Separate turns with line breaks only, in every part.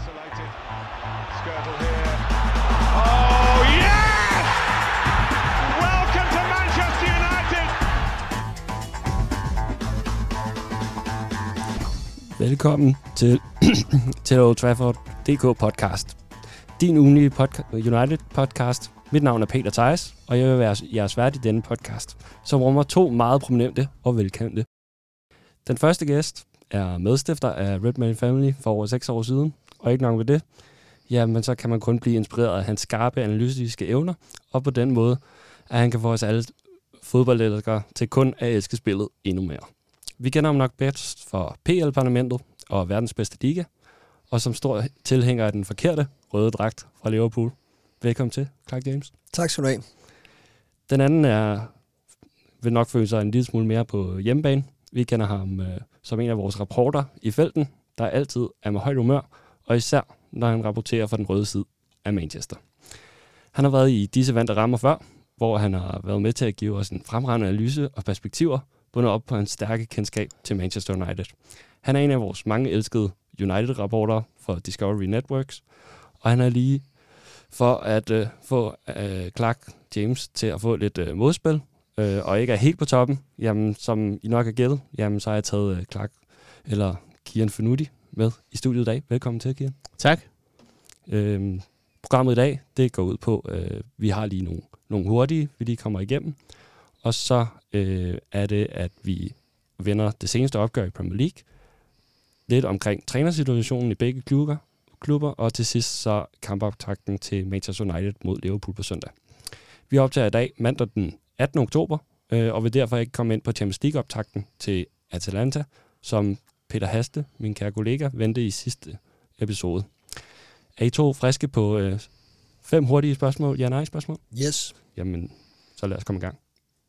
Isolated. Skirtle here. Oh yes! Welcome to Manchester United.
Velkommen til Old Trafford DK podcast. Din ugenlige United podcast. Mit navn er Peter Theis, og jeg vil være jeres vært i denne podcast, som rummer to meget prominente og velkendte. Den første gæst er medstifter af Redman Family for over 6 år siden, og ikke nok med det, jamen så kan man kun blive inspireret af hans skarpe analytiske evner, og på den måde, at han kan få os alle fodboldelskere til kun at elske spillet endnu mere. Vi kender ham nok bedst for PL-parlamentet og verdens bedste liga, og som stor tilhænger af den forkerte røde dragt fra Liverpool. Velkommen til, Clark James.
Tak skal du have.
Den anden vil nok føle sig en lille smule mere på hjemmebane. Vi kender ham som en af vores rapporter i felten, der altid er med højt humør, og især når han rapporterer fra den røde side af Manchester. Han har været i disse vante rammer før, hvor han har været med til at give os en fremragende analyse og perspektiver, bundet op på en stærke kendskab til Manchester United. Han er en af vores mange elskede United-rapporter for Discovery Networks, og han er lige for at få Clark James til at få lidt modspil, og ikke er helt på toppen, jamen, som I nok har gættet, jamen, så har jeg taget Clark, eller Kian Fenuti, med i studiet i dag. Velkommen til, Kian.
Tak.
Programmet i dag, det går ud på, vi har lige nogle hurtige, vi lige kommer igennem, og så er det, at vi vender det seneste opgør i Premier League, lidt omkring trænersituationen i begge klubber, og til sidst så kampoptakten til Manchester United mod Liverpool på søndag. Vi optager i dag mandag den 18. oktober, og vil derfor ikke komme ind på Champions League-optakten til Atalanta, som Peter Haste, min kære kollega, vendte i sidste episode. Er I to friske på 5 hurtige spørgsmål? Ja-nej-spørgsmål?
Yes.
Jamen, så lad os komme i gang.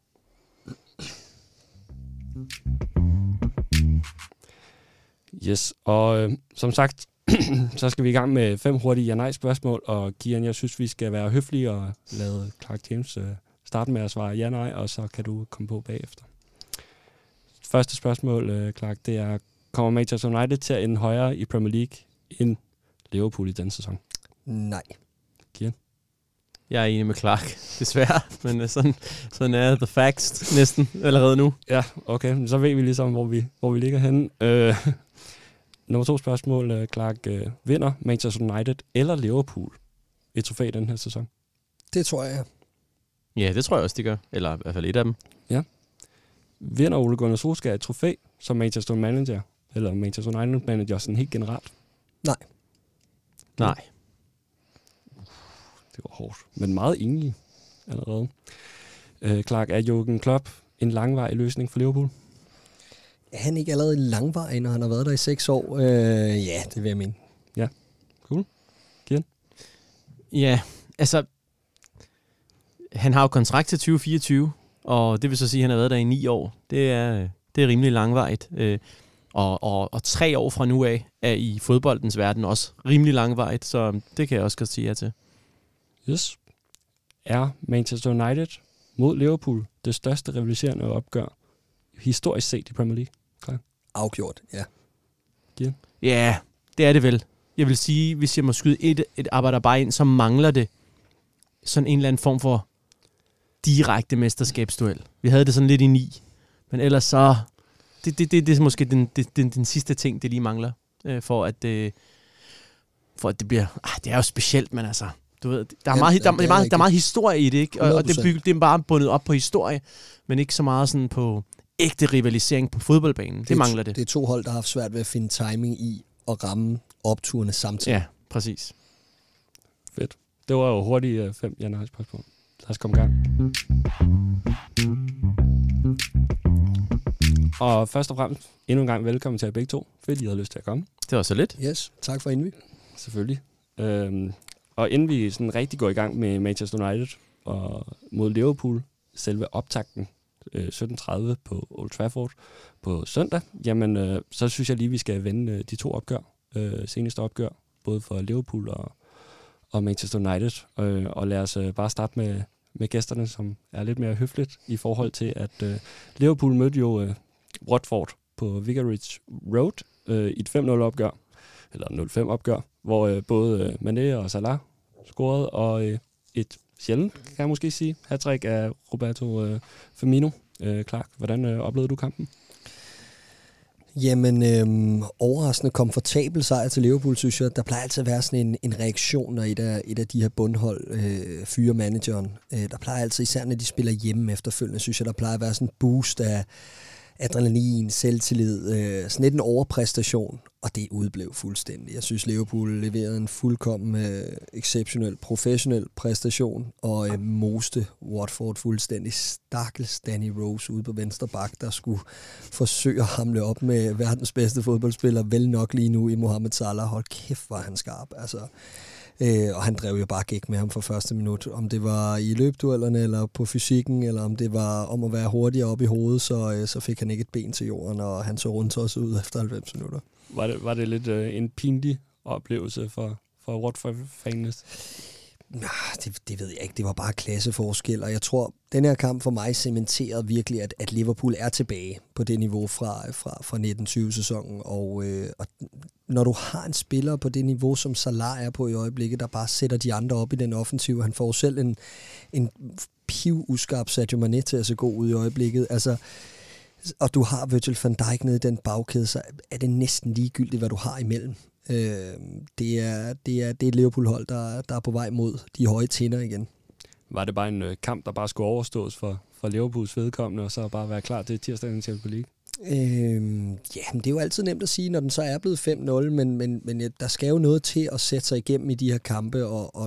Yes, og som sagt, så skal vi i gang med 5 hurtige ja-nej-spørgsmål, og Kian, jeg synes, vi skal være høflige og lade Clark James starte med at svare ja-nej, og så kan du komme på bagefter. Første spørgsmål, Clark, det er, kommer Manchester United til at ende højere i Premier League end Liverpool i denne sæson?
Nej.
Kian?
Jeg er enig med Clark, desværre, men sådan er the facts næsten allerede nu.
Ja, okay, så ved vi ligesom, hvor vi ligger henne. Nummer 2 spørgsmål, Clark. Vinder Manchester United eller Liverpool et trofæ i den her sæson?
Det tror jeg.
Ja, det tror jeg også, de gør. Eller i hvert fald et af dem.
Ja. Vinder Ole Gunnar Solskjaer et trofæ som Manchester Manager, eller Manchester United Manager sådan helt generelt?
Nej.
Nej.
Det var hårdt, men meget enig allerede. Clark, er Jürgen Klopp en langvarig løsning for Liverpool?
Er han ikke allerede langvarig, når han har været der i 6 år? Ja, det vil jeg mene.
Ja, cool. Kian?
Ja, altså, han har jo kontrakt til 2024, og det vil så sige, at han har været der i 9 år. Det er rimelig langvarigt. Og 3 år fra nu af er i fodboldens verden også rimelig langvarigt, så det kan jeg også godt sige ja til.
Yes. Er Manchester United mod Liverpool det største rivaliserende opgør historisk set i Premier League? Klar.
Afgjort, ja.
Kian?
Ja, det er det vel. Jeg vil sige, hvis jeg må skyde et arbejder bare ind, så mangler det sådan en eller anden form for direkte mesterskabsduel. Vi havde det sådan lidt i 9, men ellers så det er måske den sidste ting, det lige mangler, for at det bliver. Det er jo specielt, men altså, du ved, der er meget historie i det, ikke? Og det er bare bundet op på historie, men ikke så meget sådan på ægte rivalisering på fodboldbanen. Det mangler det.
Det er 2 hold, der har haft svært ved at finde timing i at ramme opturene samtidig.
Ja, præcis.
Fedt. Det var jo hurtigt 5 ja-nej-spørgsmål. Lad os komme i gang. Og først og fremmest, endnu en gang velkommen til jer begge to. Fedt, I havde lyst til at komme.
Det var så lidt.
Yes, tak for indvig.
Selvfølgelig. Og inden vi sådan rigtig går i gang med Manchester United og mod Liverpool, selve optakten 17:30 på Old Trafford på søndag, jamen så synes jeg lige, vi skal vende de 2 opgør, seneste opgør, både for Liverpool og Manchester United. Og lad os bare starte med gæsterne, som er lidt mere høfligt i forhold til, at Liverpool mødte jo Watford på Vicarage Road i et 5-0 opgør. eller 0-5 opgør, hvor både Mané og Salah scorede, og et sjældent, kan jeg måske sige, hattrick af Roberto Firmino. Clark, hvordan oplevede du kampen?
Jamen, overraskende komfortabel sejr til Liverpool, synes jeg. Der plejer altid at være sådan en reaktion, når et af de her bundhold fyrer manageren. Der plejer altid, især når de spiller hjemme efterfølgende, synes jeg, der plejer at være sådan en boost af adrenalin, selvtillid, sådan lidt en overpræstation, og det udblev fuldstændig. Jeg synes, Liverpool leverede en fuldkommen exceptionel, professionel præstation, og moste Watford fuldstændig. Stakkels Danny Rose ude på venstre bak, der skulle forsøge at hamle op med verdens bedste fodboldspiller, vel nok lige nu i Mohamed Salah. Hold kæft, var han skarp, altså. Og han drev jo bare gik med ham fra første minut. Om det var i løbduellerne, eller på fysikken, eller om det var om at være hurtigere op i hovedet, så fik han ikke et ben til jorden, og han så rundt også ud efter 90 minutter.
Var det lidt en pinlig oplevelse for Watford-fanes?
Det ved jeg ikke. Det var bare klasseforskel, og jeg tror, den her kamp for mig cementerede virkelig, at Liverpool er tilbage på det niveau fra 1920-sæsonen, og når du har en spiller på det niveau, som Salah er på i øjeblikket, der bare sætter de andre op i den offensiv, han får selv en piv-uskarp Sadio Mané til at se god ud i øjeblikket, altså, og du har Virgil van Dijk nede i den bagkæde, så er det næsten ligegyldigt, hvad du har imellem. Det er et Liverpool-hold, der er på vej mod de høje tinder igen.
Var det bare en kamp, der bare skulle overstås for Liverpools vedkommende, og så bare være klar til tirsdagen i Champions League?
Men det er jo altid nemt at sige, når den så er blevet 5-0, men der skal jo noget til at sætte sig igennem i de her kampe, og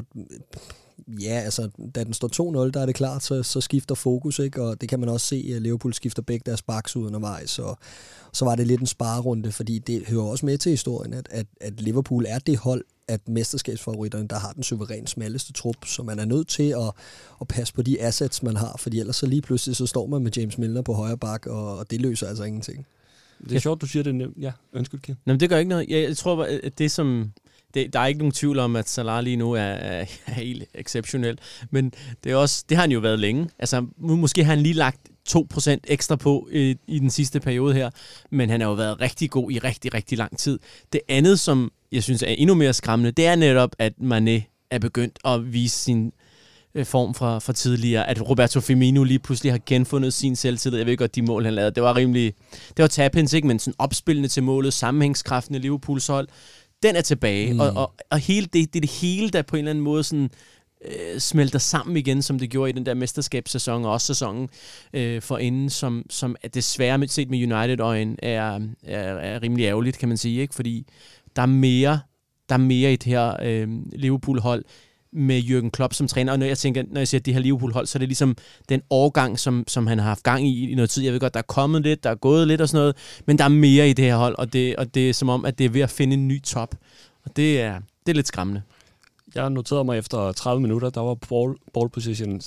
ja, altså, da den står 2-0, der er det klart, så skifter fokus, ikke? Og det kan man også se, at Liverpool skifter begge deres backs ud undervejs, og så var det lidt en sparerunde, fordi det hører også med til historien, at Liverpool er det hold, at mesterskabsfavoritterne, der har den suverænt smalleste trup, så man er nødt til at passe på de assets, man har, fordi ellers så lige pludselig, så står man med James Milner på højre bak, og det løser altså ingenting.
Det er sjovt, du siger det nemt. Ja, undskyld, Kim.
Jamen, det gør ikke noget. Jeg tror, at det som... Der er ikke nogen tvivl om, at Salah lige nu er helt exceptionel, men det har han jo været længe. Altså, måske har han lige lagt 2% ekstra på i den sidste periode her, men han har jo været rigtig god i rigtig, rigtig lang tid. Det andet, som jeg synes er endnu mere skræmmende, det er netop, at Mané er begyndt at vise sin form fra tidligere, at Roberto Firmino lige pludselig har genfundet sin selvtillid. Jeg ved godt, de mål, han lavede, det var tap-ins, ikke? Men sådan opspillende til målet, sammenhængskraften i Liverpools hold, den er tilbage, og hele det er det hele, der på en eller anden måde sådan, smelter sammen igen, som det gjorde i den der mesterskabssæson, og også sæsonen forinden, som er desværre set med United-øjen er rimelig ærgerligt, kan man sige, ikke? Fordi der er mere i det her Liverpool-hold, med Jürgen Klopp som træner, og når jeg siger det her Liverpool-hold, så er det ligesom den årgang, som han har haft gang i noget tid. Jeg ved godt, der er kommet lidt, der er gået lidt og sådan noget, men der er mere i det her hold, og det er som om, at det er ved at finde en ny top. Og det er lidt skræmmende.
Jeg noterede mig efter 30 minutter, der var ball position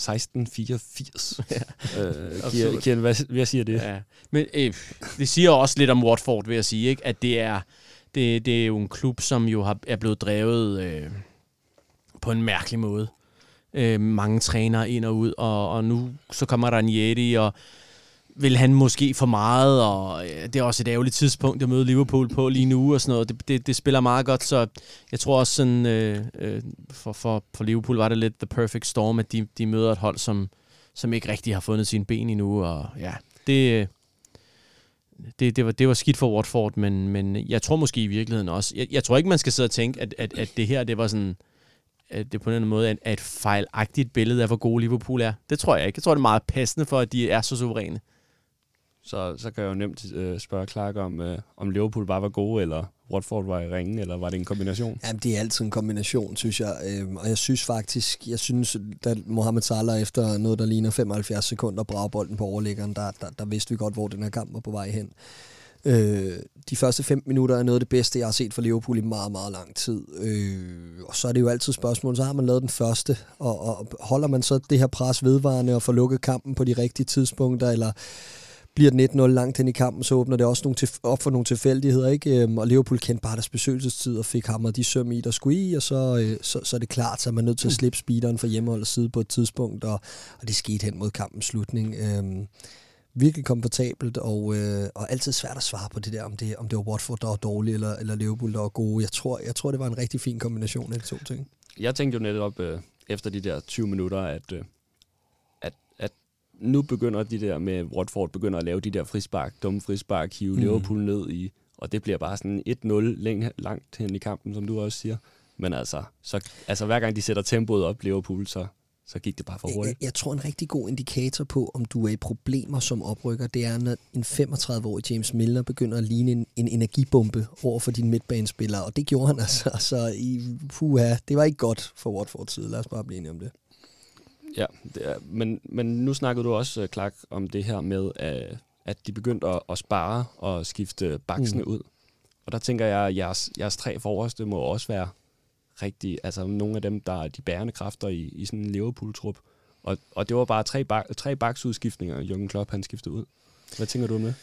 16-84. Ja. Kian, hvad siger det?
Ja. Men det siger også lidt om Watford, vil jeg sige, ikke? At det er jo en klub, som jo er blevet drevet... på en mærkelig måde. Mange trænere ind og ud, og nu så kommer Ranieri, og vil han måske for meget, og det er også et ærgerligt tidspunkt at møde Liverpool på lige nu, og sådan noget. Det spiller meget godt, så jeg tror også sådan, for Liverpool var det lidt the perfect storm, at de møder et hold, som ikke rigtig har fundet sine ben endnu, og ja, det var skidt for Watford, men jeg tror måske i virkeligheden også, jeg tror ikke, man skal sidde og tænke, at det her, det var sådan, at det på en måde er et fejlagtigt billede af, hvor gode Liverpool er. Det tror jeg ikke. Jeg tror, det er meget passende for, at de er så suveræne.
Så kan jeg jo nemt spørge Clark om Liverpool bare var gode, eller Watford var i ringen, eller var det en kombination?
Jamen, det er altid en kombination, synes jeg. Og jeg synes, da Mohamed Salah efter noget, der ligner 75 sekunder, brager bolden på overliggeren, der vidste vi godt, hvor den her kamp var på vej hen. De første 5 minutter er noget af det bedste, jeg har set for Liverpool i meget, meget lang tid. Og så er det jo altid spørgsmål, så har man lavet den første, og holder man så det her pres vedvarende og får lukket kampen på de rigtige tidspunkter, eller bliver den 1-0 langt hen i kampen, så åbner det også op for nogle tilfældigheder, ikke? Og Liverpool kendte bare deres besøgelsestid og fik hamret de søm i, der skulle i, og så er det klart, så er man nødt til at slippe speederen fra hjemmeholdets side på et tidspunkt, og det skete hen mod kampens slutning. virkelig komfortabelt, og altid svært at svare på det der, om det var Watford, der var dårlige, eller Liverpool, der var gode. Jeg tror, det var en rigtig fin kombination af de to ting.
Jeg tænkte jo netop efter de der 20 minutter, at nu begynder de der med Watford begynder at lave de der frispark, dumme frispark, hive Liverpool ned i, og det bliver bare sådan 1-0 langt hen i kampen, som du også siger. Men altså hver gang de sætter tempoet op, Liverpool, så gik det bare for hurtigt.
Jeg tror, en rigtig god indikator på, om du er i problemer som oprykker, det er, når en 35-årig James Milner begynder at ligne en energibombe over for dine midtbanespillere, og det gjorde han altså. Så det var ikke godt for Watfords side. Lad os bare blive enige om det.
Ja, men nu snakkede du også, Clark, om det her med, at de begyndte at spare og skifte baksene ud. Og der tænker jeg, at jeres 3 forreste må også være rigtig, altså nogle af dem, der er de bærende kræfter i sådan en Liverpool-trup. Og det var bare 3 baksudskiftninger, Jürgen Klopp han skiftede ud. Hvad tænker du om det?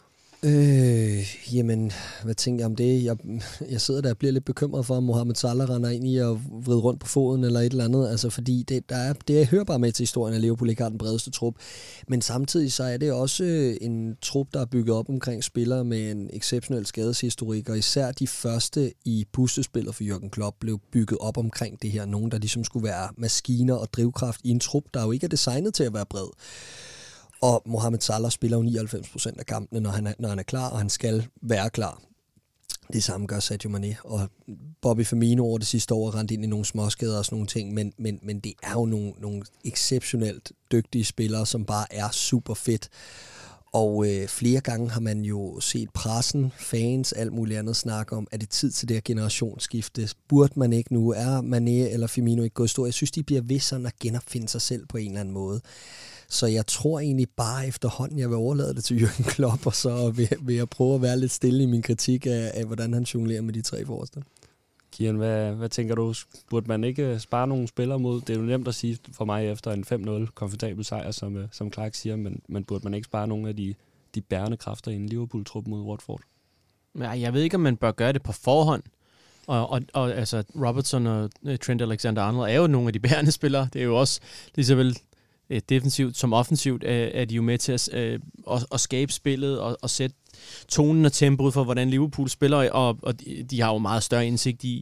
Jamen, hvad tænker jeg om det? Jeg sidder der og bliver lidt bekymret for, om Mohamed Salah render ind i at vride rundt på foden eller et eller andet, altså fordi det hører bare med til historien, at Liverpool ikke har den bredeste trup. Men samtidig så er det også en trup, der er bygget op omkring spillere med en exceptionel skadeshistorik, og især de første i pustespillet for Jürgen Klopp blev bygget op omkring det her. Nogen, der ligesom skulle være maskiner og drivkraft i en trup, der jo ikke er designet til at være bred. Og Mohamed Salah spiller jo 99% af kampene, når han er klar, og han skal være klar. Det samme gør Sadio Mane, og Bobby Firmino over det sidste år rent ind i nogle småskader og sådan nogle ting, men det er jo nogle exceptionelt dygtige spillere, som bare er super fedt. Og flere gange har man jo set pressen, fans, alt muligt andet snakke om, er det tid til det her generationsskifte? Burde man ikke nu? Er Mane eller Firmino ikke gået i stå? Jeg synes, de bliver ved sådan at genopfinde sig selv på en eller anden måde. Så jeg tror egentlig bare efterhånden, jeg vil overlade det til Jürgen Klopp, og så vil jeg prøve at være lidt stille i min kritik af hvordan han jonglerer med de 3 forreste.
Kian, hvad tænker du? Burde man ikke spare nogle spillere mod? Det er jo nemt at sige for mig efter en 5-0 komfortabel sejr, som Clark siger, men burde man ikke spare nogle af de bærende kræfter i en Liverpool-trup mod Watford?
Ja, jeg ved ikke, om man bør gøre det på forhånd. Og altså, Robertson og Trent Alexander-Arnold er jo nogle af de bærende spillere. Det er jo også lige så vel defensivt som offensivt, er de jo med til at skabe spillet og sætte tonen og tempoet for, hvordan Liverpool spiller, og de har jo meget større indsigt i,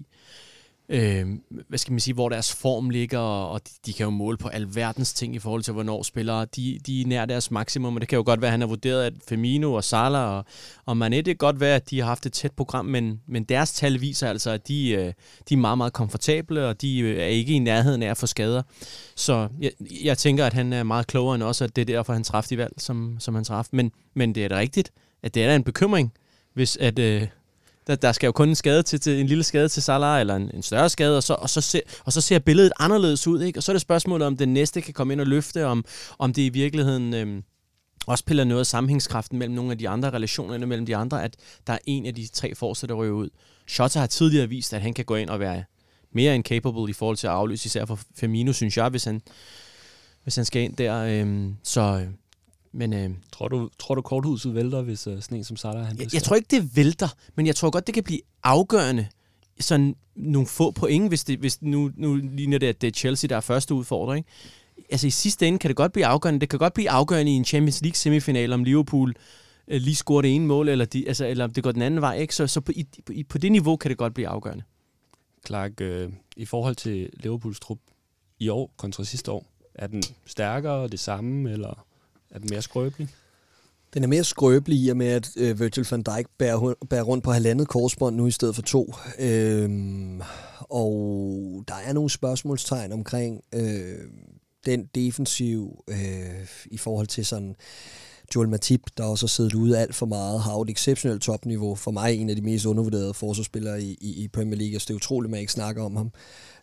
hvad skal man sige, hvor deres form ligger, og de kan jo måle på alverdens ting i forhold til, hvornår spillere de er nær deres maksimum, og det kan jo godt være, at han har vurderet, at Firmino og Salah og Mane, det kan godt være, at de har haft et tæt program, men deres tal viser altså, at de er meget, meget komfortable, og de er ikke i nærheden af at få skader. Så jeg tænker, at han er meget klogere end også, at det er derfor, han træffede de valg, som han træffede. Men det er da rigtigt, at det er da en bekymring, hvis at der skal jo kun en lille skade til Salah, eller en større skade, og så ser billedet anderledes ud, ikke? Og så er det spørgsmålet, om den næste kan komme ind og løfte, om det i virkeligheden også piller noget af sammenhængskraften mellem nogle af de andre relationerne mellem de andre, at der er en af de 3 forreste, der ryger ud. Jota har tidligere vist, at han kan gå ind og være mere end capable i forhold til at afløse, især for Firmino, synes jeg, hvis han skal ind der. Men
tror du korthuset vælter, hvis sådan en som Salah han
jeg tror ikke, det vælter, men jeg tror godt, det kan blive afgørende. Sådan nogle få point, hvis nu ligner det, at det er Chelsea, der er første udfordring. Altså i sidste ende kan det godt blive afgørende. Det kan godt blive afgørende i en Champions League semifinal, om Liverpool lige scorer det ene mål, eller om det går den anden vej. Ikke? Så på det niveau kan det godt blive afgørende.
Clark, i forhold til Liverpools trup i år kontra sidste år, er den stærkere, det samme, eller er den mere skrøbelig?
Den er mere skrøbelig i og med, at Virgil van Dijk bærer rundt på 1,5 korsbånd nu i stedet for 2. Og der er nogle spørgsmålstegn omkring den defensiv i forhold til sådan Joel Matip, der også har siddet ude alt for meget, har et exceptionelt topniveau. For mig en af de mest undervurderede forsvarsspillere i Premier League, så det er utroligt, man ikke snakker om ham.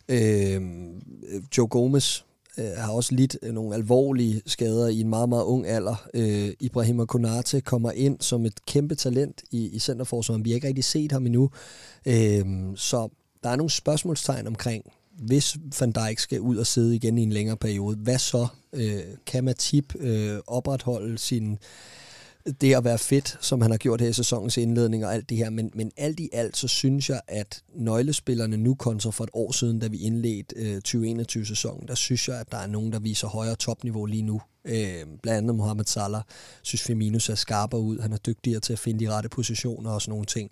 Joe Gomez har også lidt nogle alvorlige skader i en meget, meget ung alder. Ibrahima Konate kommer ind som et kæmpe talent i centerforsvaret. Vi har ikke rigtig set ham endnu. Så der er nogle spørgsmålstegn omkring, hvis Van Dijk skal ud og sidde igen i en længere periode, hvad så? Kan Matip opretholde det at være fedt, som han har gjort her i sæsonens indledning og alt det her, men alt i alt, så synes jeg, at nøglespillerne nu kontra for et år siden, da vi indledte 2021-sæsonen, der synes jeg, at der er nogen, der viser højere topniveau lige nu, Blandt andet Mohamed Salah. Synes Firmino ser skarpere ud. Han er dygtigere til at finde de rette positioner og sådan nogle ting.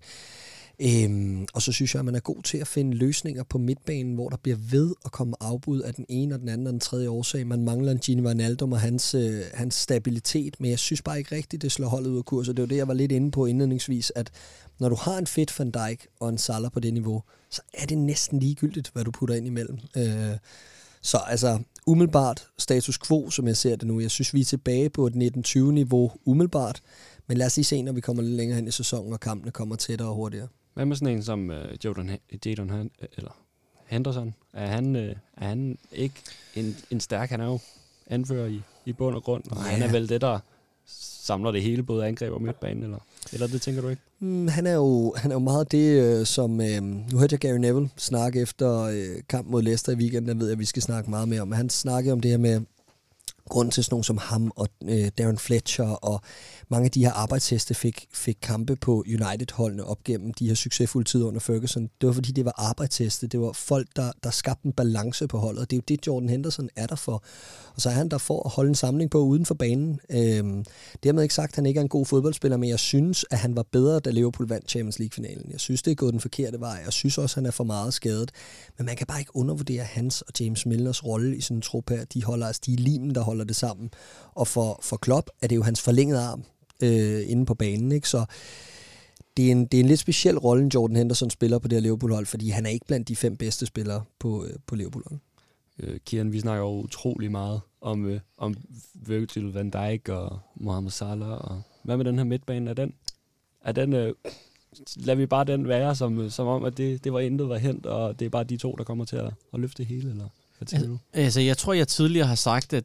Og så synes jeg, at man er god til at finde løsninger på midtbanen, hvor der bliver ved at komme afbud af den ene og den anden og den tredje årsag. Man mangler en Gini Wijnaldum og hans stabilitet, men jeg synes bare ikke rigtigt, det slår holdet ud af kurs. Og det var det, jeg var lidt inde på indledningsvis, at når du har en fedt Van Dijk og en Salah på det niveau, så er det næsten ligegyldigt, hvad du putter ind imellem. Så altså umiddelbart status quo, som jeg ser det nu. Jeg synes, vi er tilbage på et 1920-niveau umiddelbart, men lad os lige se, når vi kommer lidt længere hen i sæsonen, og kampene kommer tættere og hurtigere.
Hvad med sådan en som Jadon Henderson? Er han ikke en stærk? Han er jo anfører i bund og grund, og han er vel det, der samler det hele, både angreb og midtbanen, eller det tænker du ikke?
Han er jo meget det, som... nu hørte jeg Gary Neville snakke efter kamp mod Leicester i weekenden, der ved jeg, at vi skal snakke meget mere om. Han snakkede om det her med grunden til sådan nogen som ham og Darren Fletcher og mange af de her arbejdsheste fik kampe på United-holdene op gennem de her succesfulde tider under Ferguson. Det var fordi, det var arbejdsheste. Det var folk, der skabte en balance på holdet. Det er jo det, Jordan Henderson er der for. Og så er han der for at holde en samling på uden for banen. Dermed ikke sagt, at han ikke er en god fodboldspiller, men jeg synes, at han var bedre, da Liverpool vandt Champions League-finalen. Jeg synes, det er gået den forkerte vej. Jeg synes også, at han er for meget skadet. Men man kan bare ikke undervurdere hans og James Milners rolle i sådan en trup her. De er limen, der holder det sammen. Og for Klopp er det jo hans forlængede arm inde på banen, ikke? Så det er en lidt speciel rolle, Jordan Henderson spiller på det her Liverpool-hold, fordi han er ikke blandt de 5 bedste spillere på Liverpool-holdet.
Kieran, vi snakker jo utrolig meget om Virgil van Dijk og Mohamed Salah, og hvad med den her midtbane? Er den lader vi bare den være, som om, at det var intet var hent, og det er bare de to, der kommer til at løfte det hele, eller hvad tænker du?
Altså, jeg tror, jeg tidligere har sagt,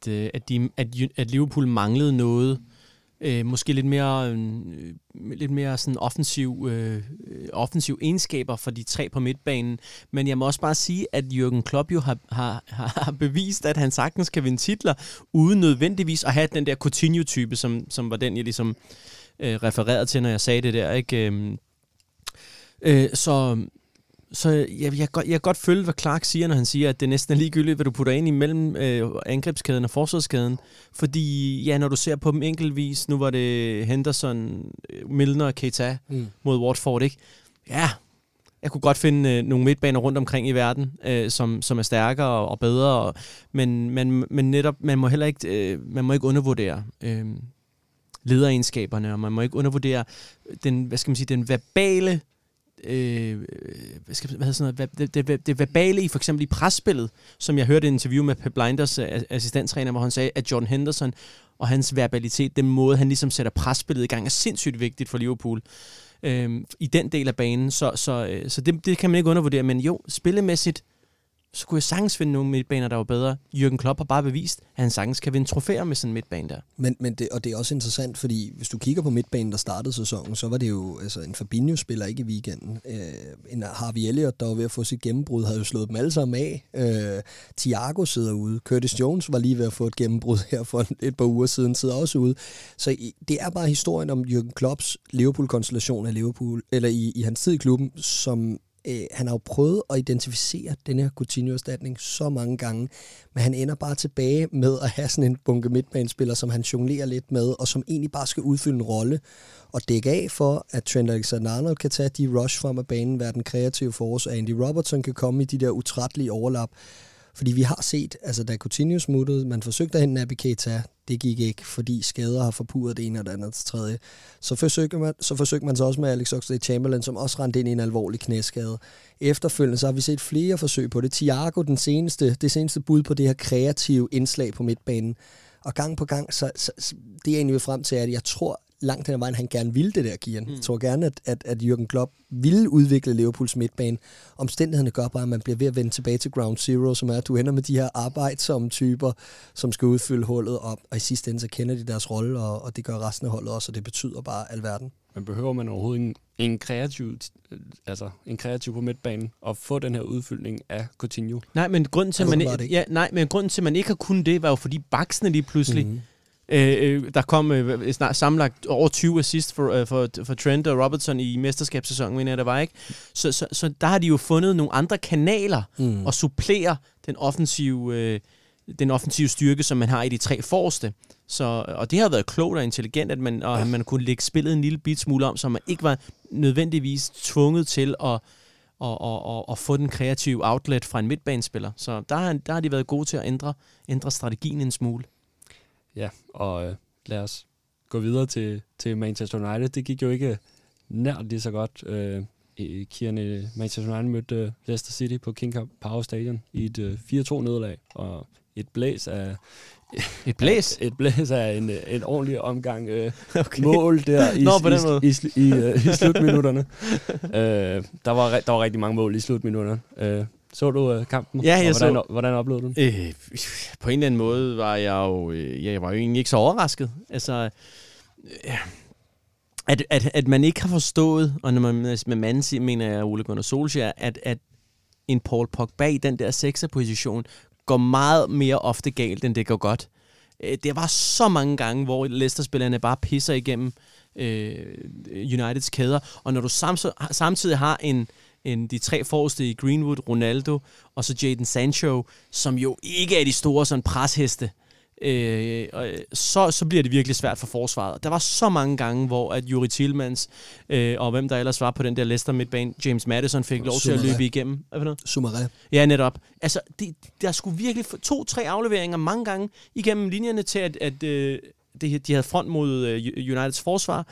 at Liverpool manglede noget, måske lidt mere sådan offensiv egenskaber for de 3 på midtbanen. Men jeg må også bare sige, at Jürgen Klopp jo har bevist, at han sagtens kan vinde titler, uden nødvendigvis at have den der Coutinho-type, som var den, jeg ligesom refererede til, når jeg sagde det der, ikke? Så jeg kan godt følge, hvad Clark siger, når han siger, at det næsten er ligegyldigt, hvad du putter ind imellem angrebskæden og forsvarskæden. Fordi, ja, når du ser på dem enkeltvis, nu var det Henderson, Milner og Keita mod Watford, ikke? Ja, jeg kunne godt finde nogle midtbaner rundt omkring i verden, som er stærkere og bedre. Men netop, man må ikke undervurdere lederegenskaberne, og man må ikke undervurdere den verbale det verbale i for eksempel i presspillet, som jeg hørte i et interview med Pep Blinders assistenttræner, hvor han sagde, at Jordan Henderson og hans verbalitet, den måde, han ligesom sætter presspillet i gang, er sindssygt vigtigt for Liverpool i den del af banen. Så det kan man ikke undervurdere, men jo, spillemæssigt, så kunne jeg sagtens finde nogle midtbaner, der var bedre. Jürgen Klopp har bare bevist, at han sagtens kan vinde trofæer med sådan en midtbane der.
Men det er også interessant, fordi hvis du kigger på midtbanen, der startede sæsonen, så var det jo en Fabinho-spiller ikke i weekenden. En Harvey Elliott, der var ved at få sit gennembrud, havde jo slået dem alle sammen af. Thiago sidder ude. Curtis Jones var lige ved at få et gennembrud her for et par uger siden, sidder også ude. Så det er bare historien om Jürgen Klopps Liverpool-konstellation af Liverpool, eller i hans tid i klubben, som han har jo prøvet at identificere den her Coutinho-erstatning så mange gange, men han ender bare tilbage med at have sådan en bunke midtbanespiller, som han jonglerer lidt med, og som egentlig bare skal udfylde en rolle og dække af for, at Trent Alexander-Arnold kan tage de rush frem af banen, være den kreative force, og Andy Robertson kan komme i de der utrættelige overlap. Fordi vi har set, altså da Coutinho smuttede, man forsøgte at hente Naby Keita, det gik ikke, fordi skader har forpurret det ene og det andet til tredje. Så forsøgte man så også med Alex Oxlade-Chamberlain, som også rendte ind i en alvorlig knæskade. Efterfølgende så har vi set flere forsøg på det. Thiago, det seneste bud på det her kreative indslag på midtbanen. Og gang på gang, så det jeg egentlig vil frem til, at jeg tror, langt hen ad vejen, han gerne ville det der, Kian. Jeg tror gerne, at Jürgen Klopp ville udvikle Liverpools midtbane. Omstændighederne gør bare, at man bliver ved at vende tilbage til ground zero, som er, at du ender med de her arbejdsomme typer, som skal udfylde hullet op, og i sidste ende så kender de deres rolle, og det gør resten af holdet også, og det betyder bare alverden.
Men behøver man overhovedet en kreativ på midtbanen og få den her udfyldning af Coutinho?
Nej, men grunden til, at man ikke har kunnet det, var jo fordi baksene lige pludselig der kom sammenlagt over 20 assist for Trent og Robertson i mesterskabssæsonen, mener jeg, der var, ikke? Så der har de jo fundet nogle andre kanaler og supplere den offensive den offensive styrke, som man har i de 3 forreste. Og det har været klogt og intelligent, at man kunne lægge spillet en lille bit smule om, så man ikke var nødvendigvis tvunget til at få den kreative outlet fra en midtbanespiller. Så der har de været gode til at ændre strategien en smule.
Ja, og lad os gå videre til Manchester United. Det gik jo ikke nært lige så godt. Manchester United mødte Leicester City på King Power Stadion i et 4-2-nederlag, og et blæs af en ordentlig omgang mål der i slutminutterne. Der var rigtig mange mål i slutminutterne. Så du kampen?
Ja,
hvordan oplevede du den?
På en eller anden måde var jeg jo egentlig ikke så overrasket. Altså, at man ikke har forstået, og når man med manden siger, mener jeg Ole Gunnar Solskjaer, at en Paul Pogba i den der 6'er-position går meget mere ofte galt, end det går godt. Det var så mange gange, hvor Leicester-spillerne bare pisser igennem Uniteds kæder, og når du samtidig har de 3 forreste i Greenwood, Ronaldo og så Jadon Sancho, som jo ikke er de store sådan presheste, så bliver det virkelig svært for forsvaret. Der var så mange gange, hvor at Yuri Tielemans og hvem der ellers var på den der Leicester midtbane, James Maddison, fik lov til at løbe igennem.
Soumaré.
Ja, netop. Altså, der skulle virkelig 2-3 afleveringer mange gange igennem linjerne til, at de havde front mod Uniteds forsvar,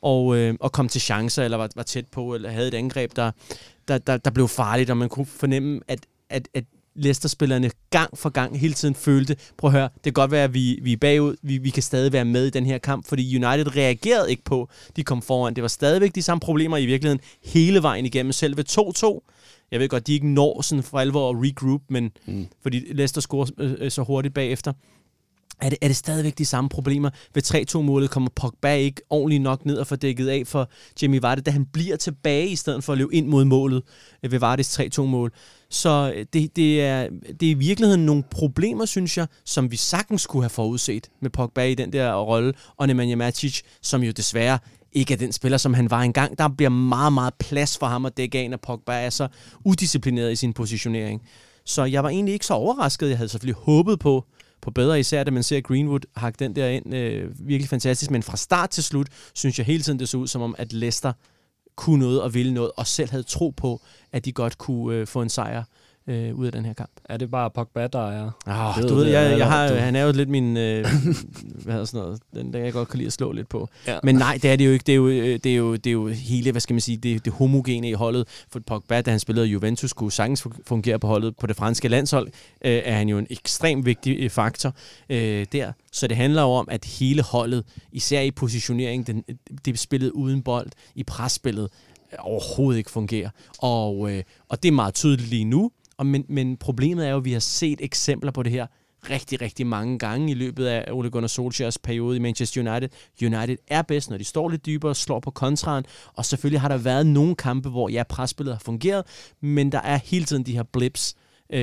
og kom til chancer, eller var tæt på, eller havde et angreb, der blev farligt, og man kunne fornemme, at Leicester-spillerne gang for gang hele tiden følte, prøv at høre, det kan godt være, at vi er bagud, vi kan stadig være med i den her kamp, fordi United reagerede ikke på, de kom foran. Det var stadigvæk de samme problemer i virkeligheden hele vejen igennem, selv ved 2-2. Jeg ved godt, de ikke når sådan for alvor at regroup, men fordi Leicester scorer så hurtigt bagefter, er det stadigvæk de samme problemer. Ved 3-2-målet kommer Pogba ikke ordentligt nok ned og får dækket af for Jamie Vardy, da han bliver tilbage i stedet for at løbe ind mod målet ved Vardys 3-2-mål. Så det er i virkeligheden nogle problemer, synes jeg, som vi sagtens kunne have forudset med Pogba i den der rolle, og Nemanja Matic, som jo desværre ikke er den spiller, som han var engang. Der bliver meget, meget plads for ham at dække af, når Pogba er så udisciplineret i sin positionering. Så jeg var egentlig ikke så overrasket. Jeg havde selvfølgelig håbet på bedre, især da man ser Greenwood hakke den der ind. Virkelig fantastisk, men fra start til slut, synes jeg hele tiden, det så ud som om, at Leicester kunne noget og ville noget, og selv havde tro på, at de godt kunne få en sejr ud af den her kamp.
Er det bare Pogba, der er...
Du ved, han er jo lidt min... hvad hedder sådan noget? Den jeg godt kan lide at slå lidt på. Ja. Men nej, det er det jo ikke. Det er jo hele, hvad skal man sige, det homogene i holdet. For Pogba, da han spillede Juventus, skulle sagtens fungere på holdet. På det franske landshold er han jo en ekstremt vigtig faktor der. Så det handler jo om, at hele holdet, især i positionering, det spillet uden bold, i presspillet, overhovedet ikke fungerer. Og det er meget tydeligt lige nu. Men problemet er jo, at vi har set eksempler på det her rigtig, rigtig mange gange i løbet af Ole Gunnar Solskjaers periode i Manchester United. United er bedst, når de står lidt dybere, slår på kontraen, og selvfølgelig har der været nogle kampe, hvor presspillet har fungeret, men der er hele tiden de her blips,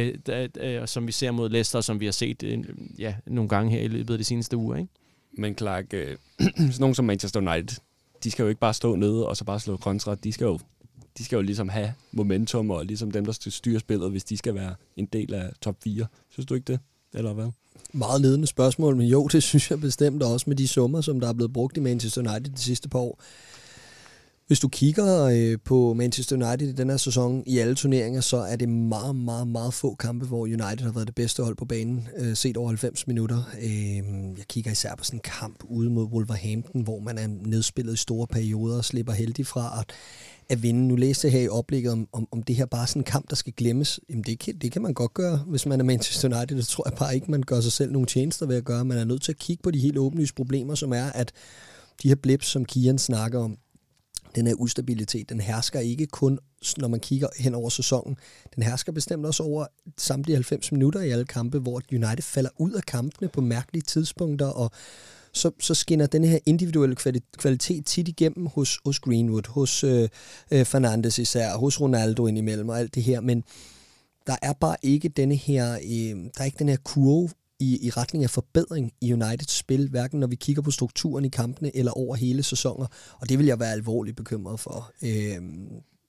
som vi ser mod Leicester, som vi har set nogle gange her i løbet af de seneste uger. Ikke?
Men Clark, sådan nogen som Manchester United, de skal jo ikke bare stå nede og så bare slå kontra, de skal jo ligesom have momentum, og ligesom dem, der styrer spillet, hvis de skal være en del af top 4. Synes du ikke det? Eller hvad?
Meget ledende spørgsmål, men jo, det synes jeg bestemt også med de summer, som der er blevet brugt i Manchester United de sidste par år. Hvis du kigger på Manchester United i den her sæson i alle turneringer, så er det meget, meget, meget få kampe, hvor United har været det bedste hold på banen, set over 90 minutter. Jeg kigger især på sådan en kamp ude mod Wolverhampton, hvor man er nedspillet i store perioder og slipper heldig fra at vinde. Nu læste jeg her i oplægget om det her bare sådan en kamp, der skal glemmes. Jamen det kan man godt gøre, hvis man er Manchester United. Det tror jeg bare ikke, man gør sig selv nogle tjenester ved at gøre. Man er nødt til at kigge på de helt åbenlyse problemer, som er, at de her blips, som Kian snakker om, den her ustabilitet, den hersker ikke kun, når man kigger hen over sæsonen. Den hersker bestemt også over samtlige 90 minutter i alle kampe, hvor United falder ud af kampene på mærkelige tidspunkter, og så skinner den her individuelle kvalitet tit igennem hos Greenwood, hos Fernandes især, hos Ronaldo indimellem og alt det her, men der er bare ikke denne her, der er ikke den her kurve i retning af forbedring i Uniteds spil, hverken når vi kigger på strukturen i kampene eller over hele sæsoner, og det vil jeg være alvorligt bekymret for.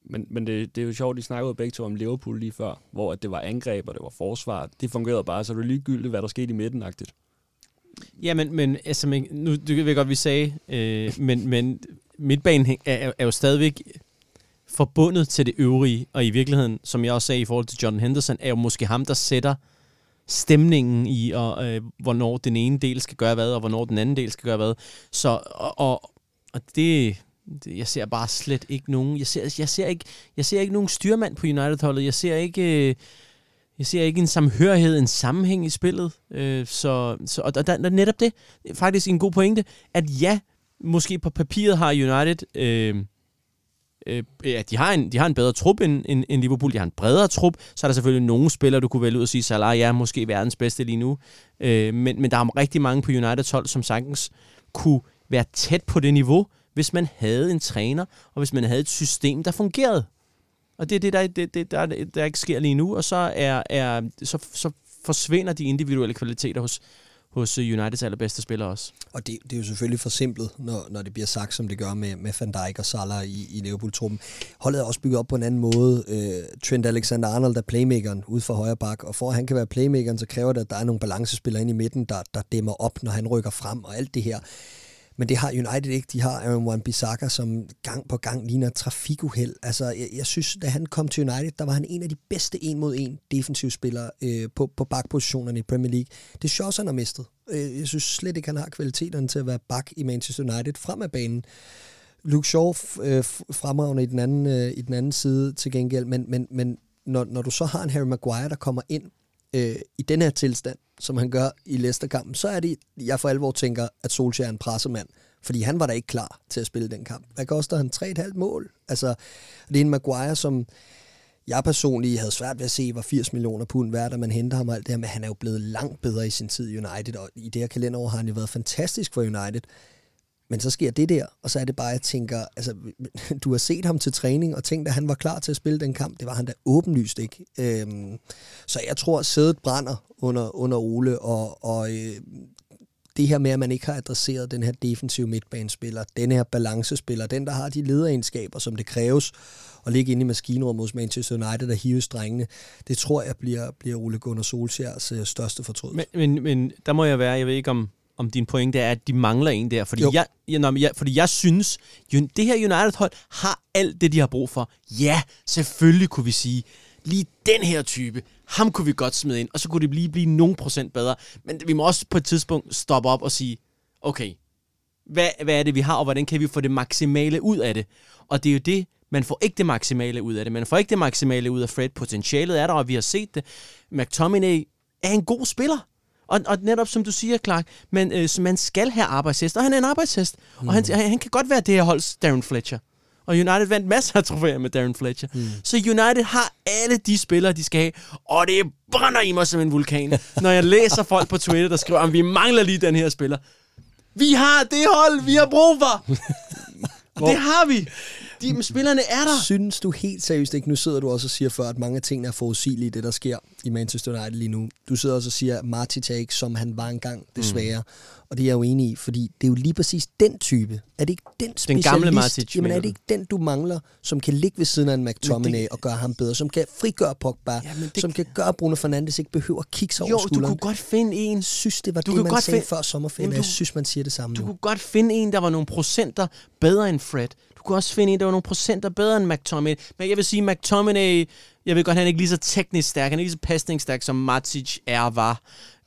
Men det er jo sjovt, de snakkede begge to om Liverpool lige før, hvor at det var angreb, og det var forsvar. Det fungerede bare, så det var ligegyldigt, hvad der skete i midten-agtigt.
Ja, men altså, nu det ved jeg godt, vi sagde, men midtbanen er jo stadigvæk forbundet til det øvrige, og i virkeligheden, som jeg også sagde i forhold til Jordan Henderson, er jo måske ham, der sætter stemningen i, og hvornår den ene del skal gøre hvad, og hvornår den anden del skal gøre hvad. Så, og det jeg ser bare slet ikke nogen, jeg ser ikke nogen styrmand på United-holdet, jeg ser ikke en samhørighed, en sammenhæng i spillet, og der er netop det, faktisk en god pointe, at ja, måske på papiret har United, de har en bedre trup end Liverpool, de har en bredere trup, så er der selvfølgelig nogle spillere, du kunne vælge ud og sige, Salah er måske verdens bedste lige nu, men der er rigtig mange på Uniteds hold, som sagtens kunne være tæt på det niveau, hvis man havde en træner, og hvis man havde et system, der fungerede. Og det er det, der ikke sker lige nu, og så forsvinder de individuelle kvaliteter hos Uniteds allerbedste spillere også. Og
det er jo selvfølgelig forsimplet, når det bliver sagt, som det gør med Van Dijk og Salah i Liverpool-truppen. Holdet er også bygget op på en anden måde. Trent Alexander-Arnold er playmakeren ude for højre bak, og for at han kan være playmakeren, så kræver det, at der er nogle balancespillere inde i midten, der dæmmer op, når han rykker frem, og alt det her. Men det har United ikke. De har Aaron Wan-Bissaka, som gang på gang ligner et trafikuheld. Altså, jeg synes, da han kom til United, der var han en af de bedste 1-mod-1 defensivspillere på bakpositionerne i Premier League. Det er Shaw, han har mistet. Jeg synes slet ikke, han har kvaliteterne til at være bak i Manchester United frem af banen. Luke Shaw fremragende i den anden side til gengæld, men når du så har en Harry Maguire, der kommer ind i den her tilstand, som han gør i Leicester-kampen, så er det, jeg for alvor tænker, at Solskjaer er en pressemand. Fordi han var da ikke klar til at spille den kamp. Hvad koster han? 3,5 mål? Altså, det er en Maguire, som jeg personligt havde svært ved at se, var 80 millioner pund værd, at man henter ham og alt det her, men han er jo blevet langt bedre i sin tid i United, og i det her kalenderår har han jo været fantastisk for United. Men så sker det der, og så er det bare, jeg tænker, altså, du har set ham til træning, og tænkt, at han var klar til at spille den kamp. Det var han da åbenlyst ikke. Så jeg tror, at sædet brænder under Ole, og det her med, at man ikke har adresseret den her defensive midtbanespiller, den her balancespiller, den, der har de lederegenskaber, som det kræves at ligge inde i maskinrummet hos Manchester United og hive strengene, det tror jeg bliver Ole Gunnar Solskjærs største fortrydelse.
Men der må jeg være, jeg ved ikke om din pointe er, at de mangler en der. Fordi jeg synes, det her United-hold har alt det, de har brug for. Ja, selvfølgelig kunne vi sige, lige den her type, ham kunne vi godt smide ind, og så kunne det blive nogen procent bedre. Men vi må også på et tidspunkt stoppe op og sige, okay, hvad er det, vi har, og hvordan kan vi få det maksimale ud af det? Og det er jo det, man får ikke det maksimale ud af det. Man får ikke det maksimale ud af Fred. Potentialet er der, og vi har set det. McTominay er en god spiller. Og netop som du siger, Clark, så man skal have arbejdshest, og han er en arbejdshest. Og han kan godt være det her holds Darren Fletcher. Og United vandt masser af trofæer med Darren Fletcher. Så United har alle de spillere, de skal have, og det brænder i mig som en vulkan. Når jeg læser folk på Twitter, der skriver, at vi mangler lige den her spiller. Vi har det hold, vi har brug for! Og det har vi! Spillerne er der.
Synes du helt seriøst ikke, nu sidder du også og siger før, at mange af tingene er forudsigelige, det der sker i Manchester United lige nu. Du sidder også og siger, at Matic er ikke, som han var engang, desværre. Og det er jeg jo enig i, fordi det er jo lige præcis den type. Er det ikke den specialist?
Den gamle Matic.
Jamen er det ikke den, du mangler, som kan ligge ved siden af en McTominay og gøre ham bedre, som kan frigøre Pogba, som kan gøre, at Bruno Fernandes ikke behøver at kigge sig over skulderen?
Jo, du kunne godt finde en.
Synes, det var det, man sagde før sommerferien, jeg synes, man siger det samme
nu.
Du
kunne godt finde en, der var nogle procenter bedre end Fred. Du kunne også finde en, der var nogle procenter bedre end McTominay. Men jeg vil sige, McTominay, jeg ved godt, han er ikke lige så teknisk stærk, han er ikke lige så pasningsstærk, som Matic var.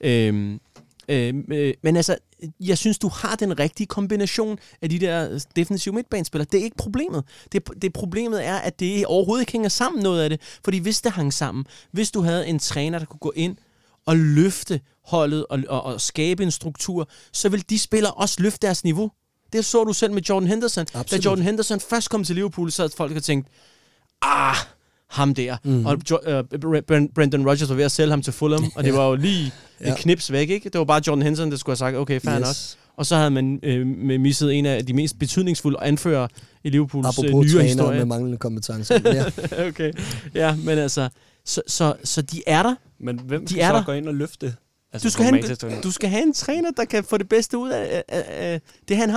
Men altså, jeg synes, du har den rigtige kombination af de der defensive midtbanespillere. Det er ikke problemet. Det problemet er, at det overhovedet ikke hænger sammen noget af det. Fordi hvis det hang sammen, hvis du havde en træner, der kunne gå ind og løfte holdet og skabe en struktur, så vil de spillere også løfte deres niveau. Det så du selv med Jordan Henderson.
Absolut.
Da Jordan Henderson først kom til Liverpool, så havde folk tænkt, ham der. Og Brendan Rodgers var ved at sælge ham til Fulham, og det var jo lige et knips væk, ikke? Det var bare Jordan Henderson, der skulle have sagt, okay, fair nok. Og så havde man misset en af de mest betydningsfulde anfører i Liverpools nyere historie.
Med manglende kompetencer. Ja.
Okay. Ja, men altså, så de er der.
Men hvem skal så gå ind og løfte? Altså
du skal have en træner, der kan få det bedste ud af det, han har.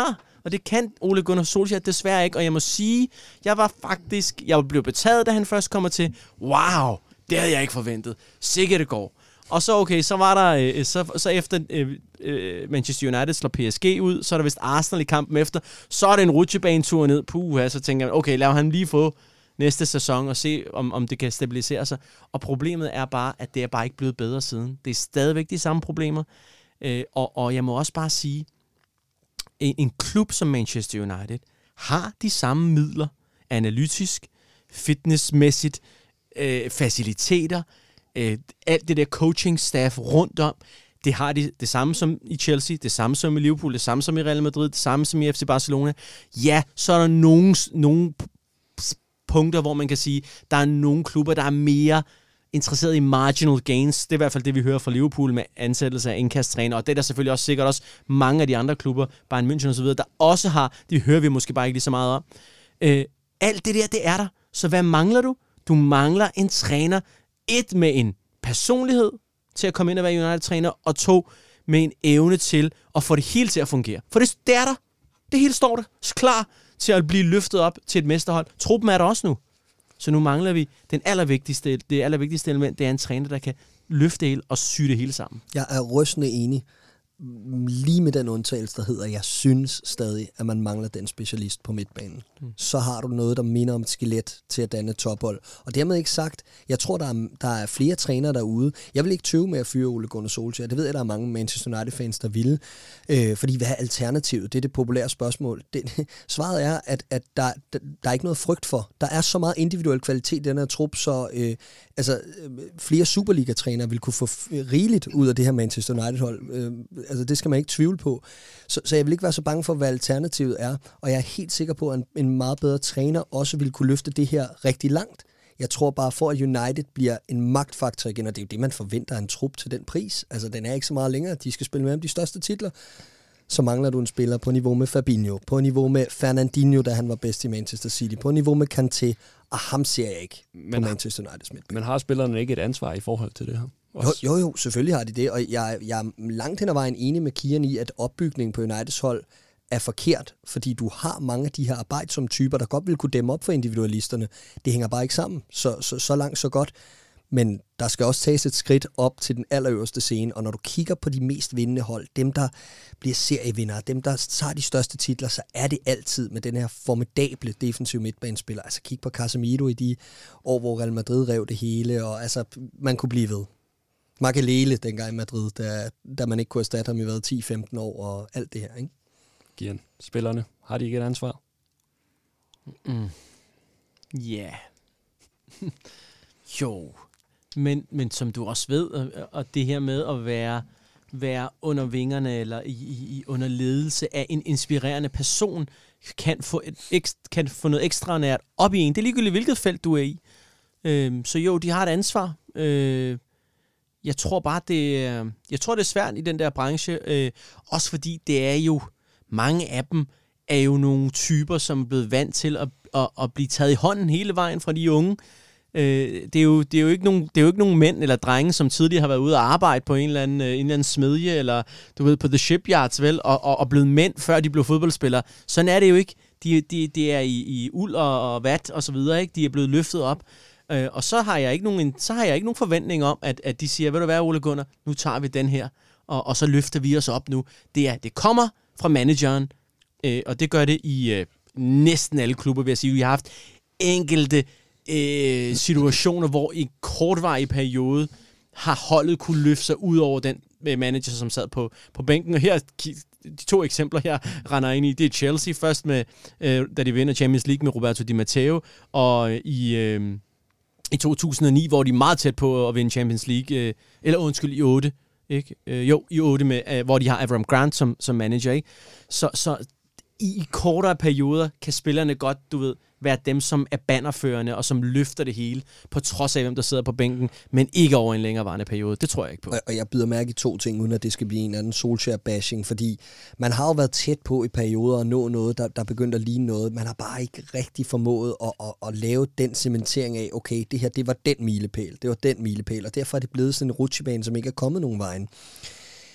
Og det kan Ole Gunnar Solskjaer desværre ikke, og jeg må sige, jeg blev betaget, da han først kommer til. Wow, det havde jeg ikke forventet. Sikkert det går. Og så okay, så var der, så efter Manchester United slår PSG ud, så er der vist Arsenal i kampen efter, så er det en rutsjebanetur ned, så tænker jeg, okay, lad ham lige få næste sæson og se, om det kan stabilisere sig. Og problemet er bare, at det er bare ikke blevet bedre siden. Det er stadigvæk de samme problemer. Og jeg må også bare sige, en klub som Manchester United har de samme midler, analytisk, fitnessmæssigt, faciliteter, alt det der coaching-staff rundt om. Det har de det samme som i Chelsea, det samme som i Liverpool, det samme som i Real Madrid, det samme som i FC Barcelona. Ja, så er der nogle punkter, hvor man kan sige, der er nogle klubber, der er mere interesseret i marginal gains. Det er i hvert fald det, vi hører fra Liverpool med ansættelse af indkasttræner, og det er der selvfølgelig også sikkert også mange af de andre klubber, Bayern München og så videre, der også har, det hører vi måske bare ikke lige så meget om. Alt det der, det er der. Så hvad mangler du? Du mangler en træner, 1 med en personlighed til at komme ind og være United-træner, og 2 med en evne til at få det hele til at fungere. For det er der. Det hele står der. Klar til at blive løftet op til et mesterhold. Truppen er der også nu. Så nu mangler vi det allervigtigste element, det er en træner, der kan løfte hele og sy det hele sammen.
Jeg er rystende enig. Lige med den undtagelse, der hedder, jeg synes stadig, at man mangler den specialist på midtbanen. Så har du noget, der minder om et skelet til at danne tophold. Og dermed ikke sagt, jeg tror, der er flere trænere derude. Jeg vil ikke tøve med at fyre Ole Gunnar Solskjaer. Det ved jeg, der er mange Manchester United-fans, der vil. Fordi hvad er alternativet? Det er det populære spørgsmål. Svaret er, at der er ikke noget frygt for. Der er så meget individuel kvalitet i den her trup, så flere Superliga-trænere vil kunne få rigeligt ud af det her Manchester United-hold. Altså det skal man ikke tvivle på. Så jeg vil ikke være så bange for, hvad alternativet er. Og jeg er helt sikker på, at en meget bedre træner også vil kunne løfte det her rigtig langt. Jeg tror bare, for at United bliver en magtfaktor igen, og det er jo det, man forventer af en trup til den pris. Altså den er ikke så meget længere. De skal spille med om de største titler. Så mangler du en spiller på niveau med Fabinho, på niveau med Fernandinho, da han var bedst i Manchester City, på niveau med Kanté, og ham ser jeg ikke på Manchester Uniteds midtbane.
Men har spillerne ikke et ansvar i forhold til det her?
Jo, selvfølgelig har de det, og jeg er langt hen ad vejen enig med Kian i, at opbygningen på Uniteds hold er forkert, fordi du har mange af de her arbejdsomme typer, der godt vil kunne dæmme op for individualisterne. Det hænger bare ikke sammen, så langt, så godt. Men der skal også tages et skridt op til den allerøverste scene, og når du kigger på de mest vindende hold, dem der bliver serievindere, dem der tager de største titler, så er det altid med den her formidable defensive midtbanespiller. Altså kig på Casemiro i de år, hvor Real Madrid rev det hele, og altså man kunne blive ved. Makelele dengang i Madrid, da man ikke kunne erstatte ham i 10-15 år og alt det her, ikke?
Gian, spillerne, har de ikke et ansvar?
Ja. Jo. Men som du også ved, og det her med at være under vingerne eller under ledelse af en inspirerende person, kan få noget ekstraordinært op i en. Det er ligegyldigt, hvilket felt du er i. Så jo, de har et ansvar. Jeg tror bare, det er svært i den der branche, også fordi det er jo, mange af dem er jo nogle typer, som er blevet vant til at blive taget i hånden hele vejen fra de unge. Det er jo ikke nogen mænd eller drenge, som tidligere har været ude og arbejde på en eller anden smedje, eller du ved, på The Shipyards, vel, og blevet mænd, før de blev fodboldspillere. Sådan er det jo ikke. De er i uld og vat og så videre, ikke? De er blevet løftet op. Og så har jeg ikke nogen forventning om, at de siger, ved du hvad, Ole Gunnar, nu tager vi den her, og så løfter vi os op nu. Det kommer fra manageren, og det gør det i næsten alle klubber, vil jeg sige. Vi har haft enkelte situationer, hvor i en kortvarig periode har holdet kunne løfte sig ud over den manager, som sad på bænken. Og her, de 2 eksempler her render ind i, det er Chelsea først med, da de vinder Champions League med Roberto Di Matteo, og i 2009, hvor de er meget tæt på at vinde Champions League, i 8, ikke? I 8, med, hvor de har Avram Grant som manager, ikke? Så i kortere perioder kan spillerne godt, du ved, være dem, som er bannerførende og som løfter det hele, på trods af, hvem der sidder på bænken, men ikke over en længerevarende periode. Det tror jeg ikke på.
Og jeg byder mærke i 2 ting, uden at det skal blive en anden Solskjaer-bashing, fordi man har jo været tæt på i perioder at nå noget, der begyndte at ligne noget. Man har bare ikke rigtig formået at lave den cementering af, okay, det her, det var den milepæl, og derfor er det blevet sådan en rutsjebane, som ikke er kommet nogen vejen.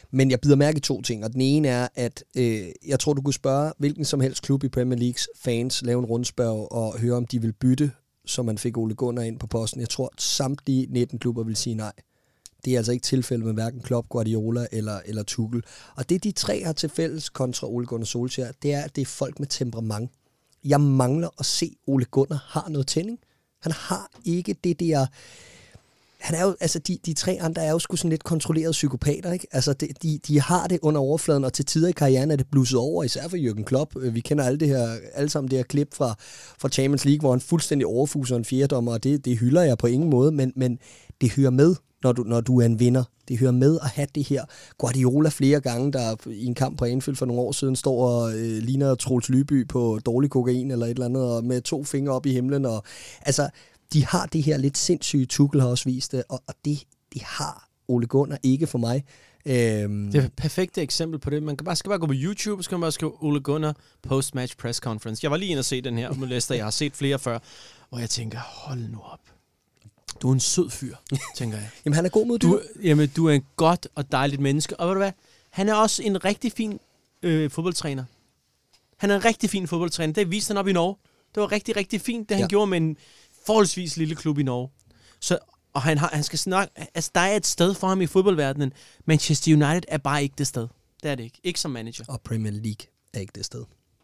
Men jeg bider mærke i 2 ting, og den ene er, at jeg tror, du kunne spørge hvilken som helst klub i Premier Leagues fans, lave en rundspørg og høre, om de vil bytte, så man fik Ole Gunnar ind på posten. Jeg tror, at samtlige 19 klubber vil sige nej. Det er altså ikke tilfældet med hverken Klopp, Guardiola eller Tuchel. Og det, de 3 har til fælles kontra Ole Gunnar Solskjaer, det er, at det er folk med temperament. Jeg mangler at se, Ole Gunnar har noget tænding. Han har ikke det der... Han er jo, altså de 3 andre er jo sgu sådan lidt kontrollerede psykopater, ikke? Altså de har det under overfladen, og til tider i karrieren er det blusset over, især for Jürgen Klopp. Vi kender alle sammen det her klip fra Champions League, hvor han fuldstændig overfuser en fjerdommer, og det hylder jeg på ingen måde, men det hører med, når du er en vinder. Det hører med at have det her. Guardiola flere gange, der i en kamp på Anfield for nogle år siden, står og ligner Troels Lyby på dårlig kokain eller et eller andet, og med 2 fingre op i himlen, og altså... De har det her lidt sindssyge, Tuchel har også vist det, og det har Ole Gunnar ikke for mig.
Det er et perfekt eksempel på det. Man skal bare gå på YouTube, og så kan man bare skrive Ole Gunnar post-match press conference. Jeg var lige inde og se den her, Leicester. Jeg har set flere før, og jeg tænker, hold nu op. Du er en sød fyr, tænker jeg.
Jamen, han er god mod dyr.
Du er en godt og dejligt menneske, og ved du hvad? Han er også en rigtig fin fodboldtræner. Han er en rigtig fin fodboldtræner. Det viste han op i Norge. Det var rigtig, rigtig fint, det han gjorde med en forholdsvis lille klub i Norge. Så, og han skal snakke... Altså, der er et sted for ham i fodboldverdenen. Manchester United er bare ikke det sted. Det er det ikke. Ikke som manager.
Og Premier League er ikke det sted.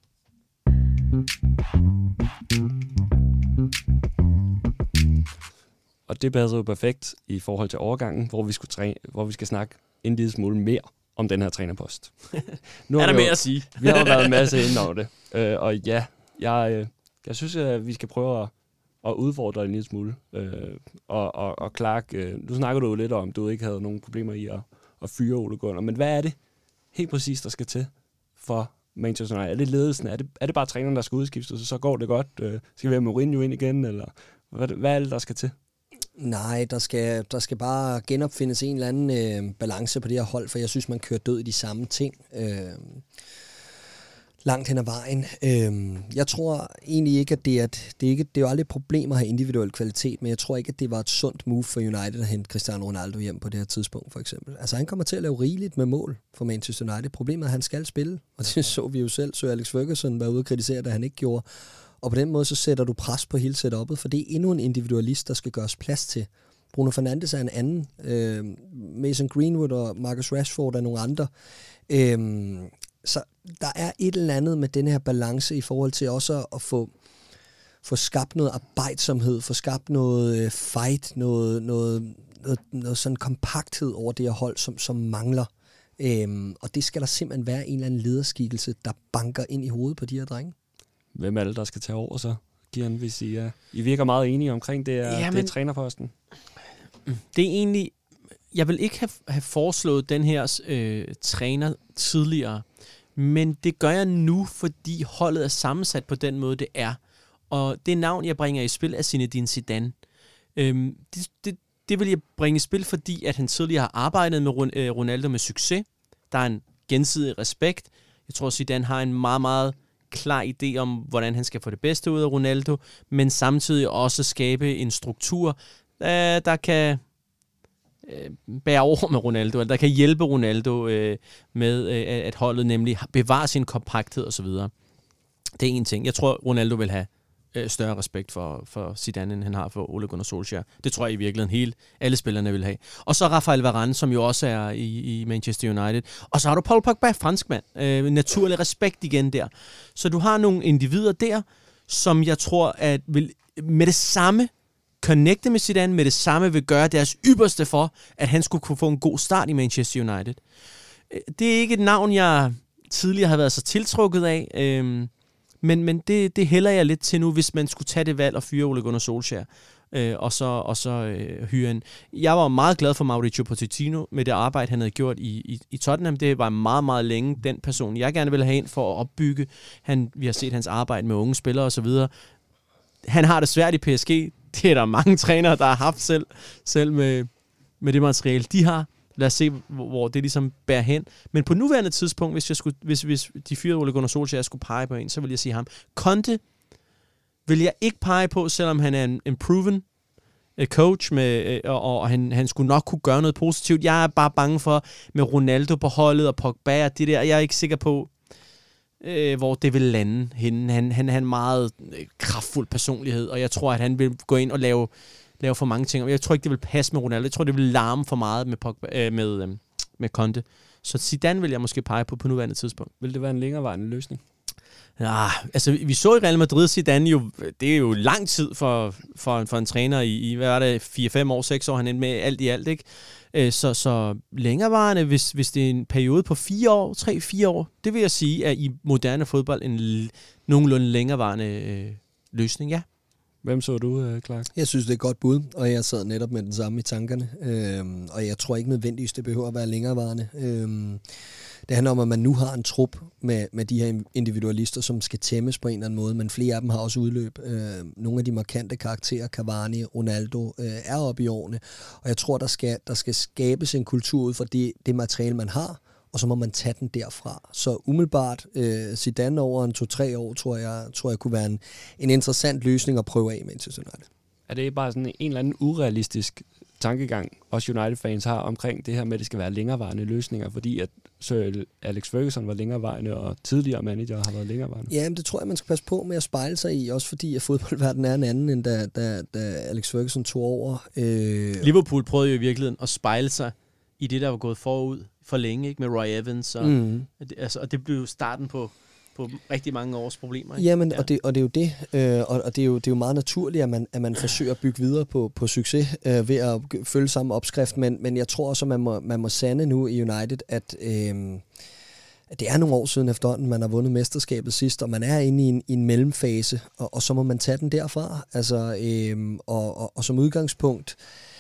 Og det passer jo perfekt i forhold til overgangen, hvor vi skal snakke en lille smule mere om den her trænerpost.
Nu er der mere at sige.
Vi har jo været en masse inde over det. Og ja, jeg synes, at vi skal prøve at udfordre en lille smule. Og Clark, nu snakker du jo lidt om, at du ikke havde nogen problemer i at fyre Ole Gunnar. Men hvad er det helt præcis, der skal til for Manchester United? Er det ledelsen? Er det bare træneren, der skal udskiftes, så går det godt? Skal vi have Mourinho ind igen? Eller hvad er det, der skal til?
Nej, der skal bare genopfindes en eller anden balance på det her hold, for jeg synes, man kører død i de samme ting. Langt hen ad vejen. Jeg tror egentlig ikke, at det er jo aldrig et problem at have individuel kvalitet, men jeg tror ikke, at det var et sundt move for United at hente Cristiano Ronaldo hjem på det her tidspunkt, for eksempel. Altså, han kommer til at lave rigeligt med mål for Manchester United. Problemet er, at han skal spille, og det så vi jo selv. Så Alex Ferguson var ude og kritisere, da han ikke gjorde. Og på den måde, så sætter du pres på hele setup'et, for det er endnu en individualist, der skal gøres plads til. Bruno Fernandes er en anden. Mason Greenwood og Marcus Rashford er nogle andre. Så der er et eller andet med den her balance i forhold til også at få skabt noget arbejdsomhed, få skabt noget fight, noget sådan kompakthed over det her hold, som mangler. Og det skal der simpelthen være en eller anden lederskikkelse, der banker ind i hovedet på de her drenge. Hvem
er det, der skal tage over så, Gian, hvis I virker meget enige omkring det er trænerposten?
Det er egentlig... Jeg vil ikke have foreslået den her træner tidligere, men det gør jeg nu, fordi holdet er sammensat på den måde, det er. Og det navn, jeg bringer i spil, er Zinedine Zidane. Det vil jeg bringe i spil, fordi at han tidligere har arbejdet med Ronaldo med succes. Der er en gensidig respekt. Jeg tror, Zidane har en meget, meget klar idé om, hvordan han skal få det bedste ud af Ronaldo, men samtidig også skabe en struktur, der kan bære over med Ronaldo, eller der kan hjælpe Ronaldo med, at holdet nemlig bevarer sin kompakthed osv. Det er en ting. Jeg tror, Ronaldo vil have større respekt for Zidane, end han har for Ole Gunnar Solskjaer. Det tror jeg i virkeligheden alle spillerne vil have. Og så Rafael Varane, som jo også er i Manchester United. Og så har du Paul Pogba, franskmand. Naturlig respekt igen der. Så du har nogle individer der, som jeg tror, at vil med det samme connecte med Zidane, med det samme vil gøre deres ypperste for, at han skulle kunne få en god start i Manchester United. Det er ikke et navn, jeg tidligere har været så tiltrukket af, men det hælder jeg lidt til nu, hvis man skulle tage det valg og fyre Ole Gunnar Solskjaer, og så hyre en. Jeg var meget glad for Mauricio Pochettino med det arbejde, han havde gjort i Tottenham. Det var meget, meget længe den person, jeg gerne ville have ind for at opbygge. Vi har set hans arbejde med unge spillere osv. Han har det svært i PSG. Det er der mange trænere, der har haft selv med det materiale, de har. Lad os se, hvor det ligesom bærer hen. Men på nuværende tidspunkt, hvis de fyrede Ole Gunnar Solskjaer skulle pege på en, så vil jeg sige ham. Conte vil jeg ikke pege på, selvom han er en proven coach, og han skulle nok kunne gøre noget positivt. Jeg er bare bange for, med Ronaldo på holdet og Pogba og det der, jeg er ikke sikker på, hvor det vil lande henne. Han har en meget kraftfuld personlighed, og jeg tror, at han vil gå ind og lave for mange ting. Jeg tror ikke, det vil passe med Ronaldo. Jeg tror, det vil larme for meget med Pogba, med Conte. Så Zidane vil jeg måske pege på nuværende tidspunkt.
Vil det være en længerevarende løsning?
Ja, altså vi så i Real Madrid Zidane jo, det er jo lang tid for en træner i hvad var det, 4-5 år, 6 år, han endte med alt i alt, ikke? Så længerevarende, hvis det er en periode på 4 år, 3-4 år, det vil jeg sige, er i moderne fodbold en nogenlunde længerevarende løsning, ja.
Hvem så du, Clark?
Jeg synes, det er et godt bud, og jeg sad netop med den samme i tankerne. Og jeg tror ikke nødvendigvis, det behøver at være længerevarende. Det handler om, at man nu har en trup med de her individualister, som skal tæmmes på en eller anden måde, men flere af dem har også udløb. Nogle af de markante karakterer, Cavani, Ronaldo, er oppe i årene. Og jeg tror, der skal skabes en kultur ud fra det materiale, man har, og så må man tage den derfra. Så umiddelbart Zidane over en 2-3 år, tror jeg kunne være en interessant løsning at prøve af i Manchester United.
Er det bare sådan en eller anden urealistisk tankegang, også United-fans har omkring det her med, at det skal være længerevarende løsninger, fordi at Sir Alex Ferguson var længerevarende, og tidligere manager har været længerevarende?
Ja, men det tror jeg, man skal passe på med at spejle sig i, også fordi at fodboldverdenen er en anden, end da Alex Ferguson tog over.
Liverpool prøvede jo i virkeligheden at spejle sig i det, der var gået forud for længe, ikke, med Roy Evans, og det blev starten på rigtig mange års problemer. Ikke?
Jamen, ja. og det er jo det, og det er jo meget naturligt, at man forsøger at bygge videre på succes ved at følge samme opskrift, men jeg tror også, at man må sande nu i United, at det er nogle år siden efterhånden, man har vundet mesterskabet sidst, og man er inde i en mellemfase, og så må man tage den derfra. Altså, og som udgangspunkt,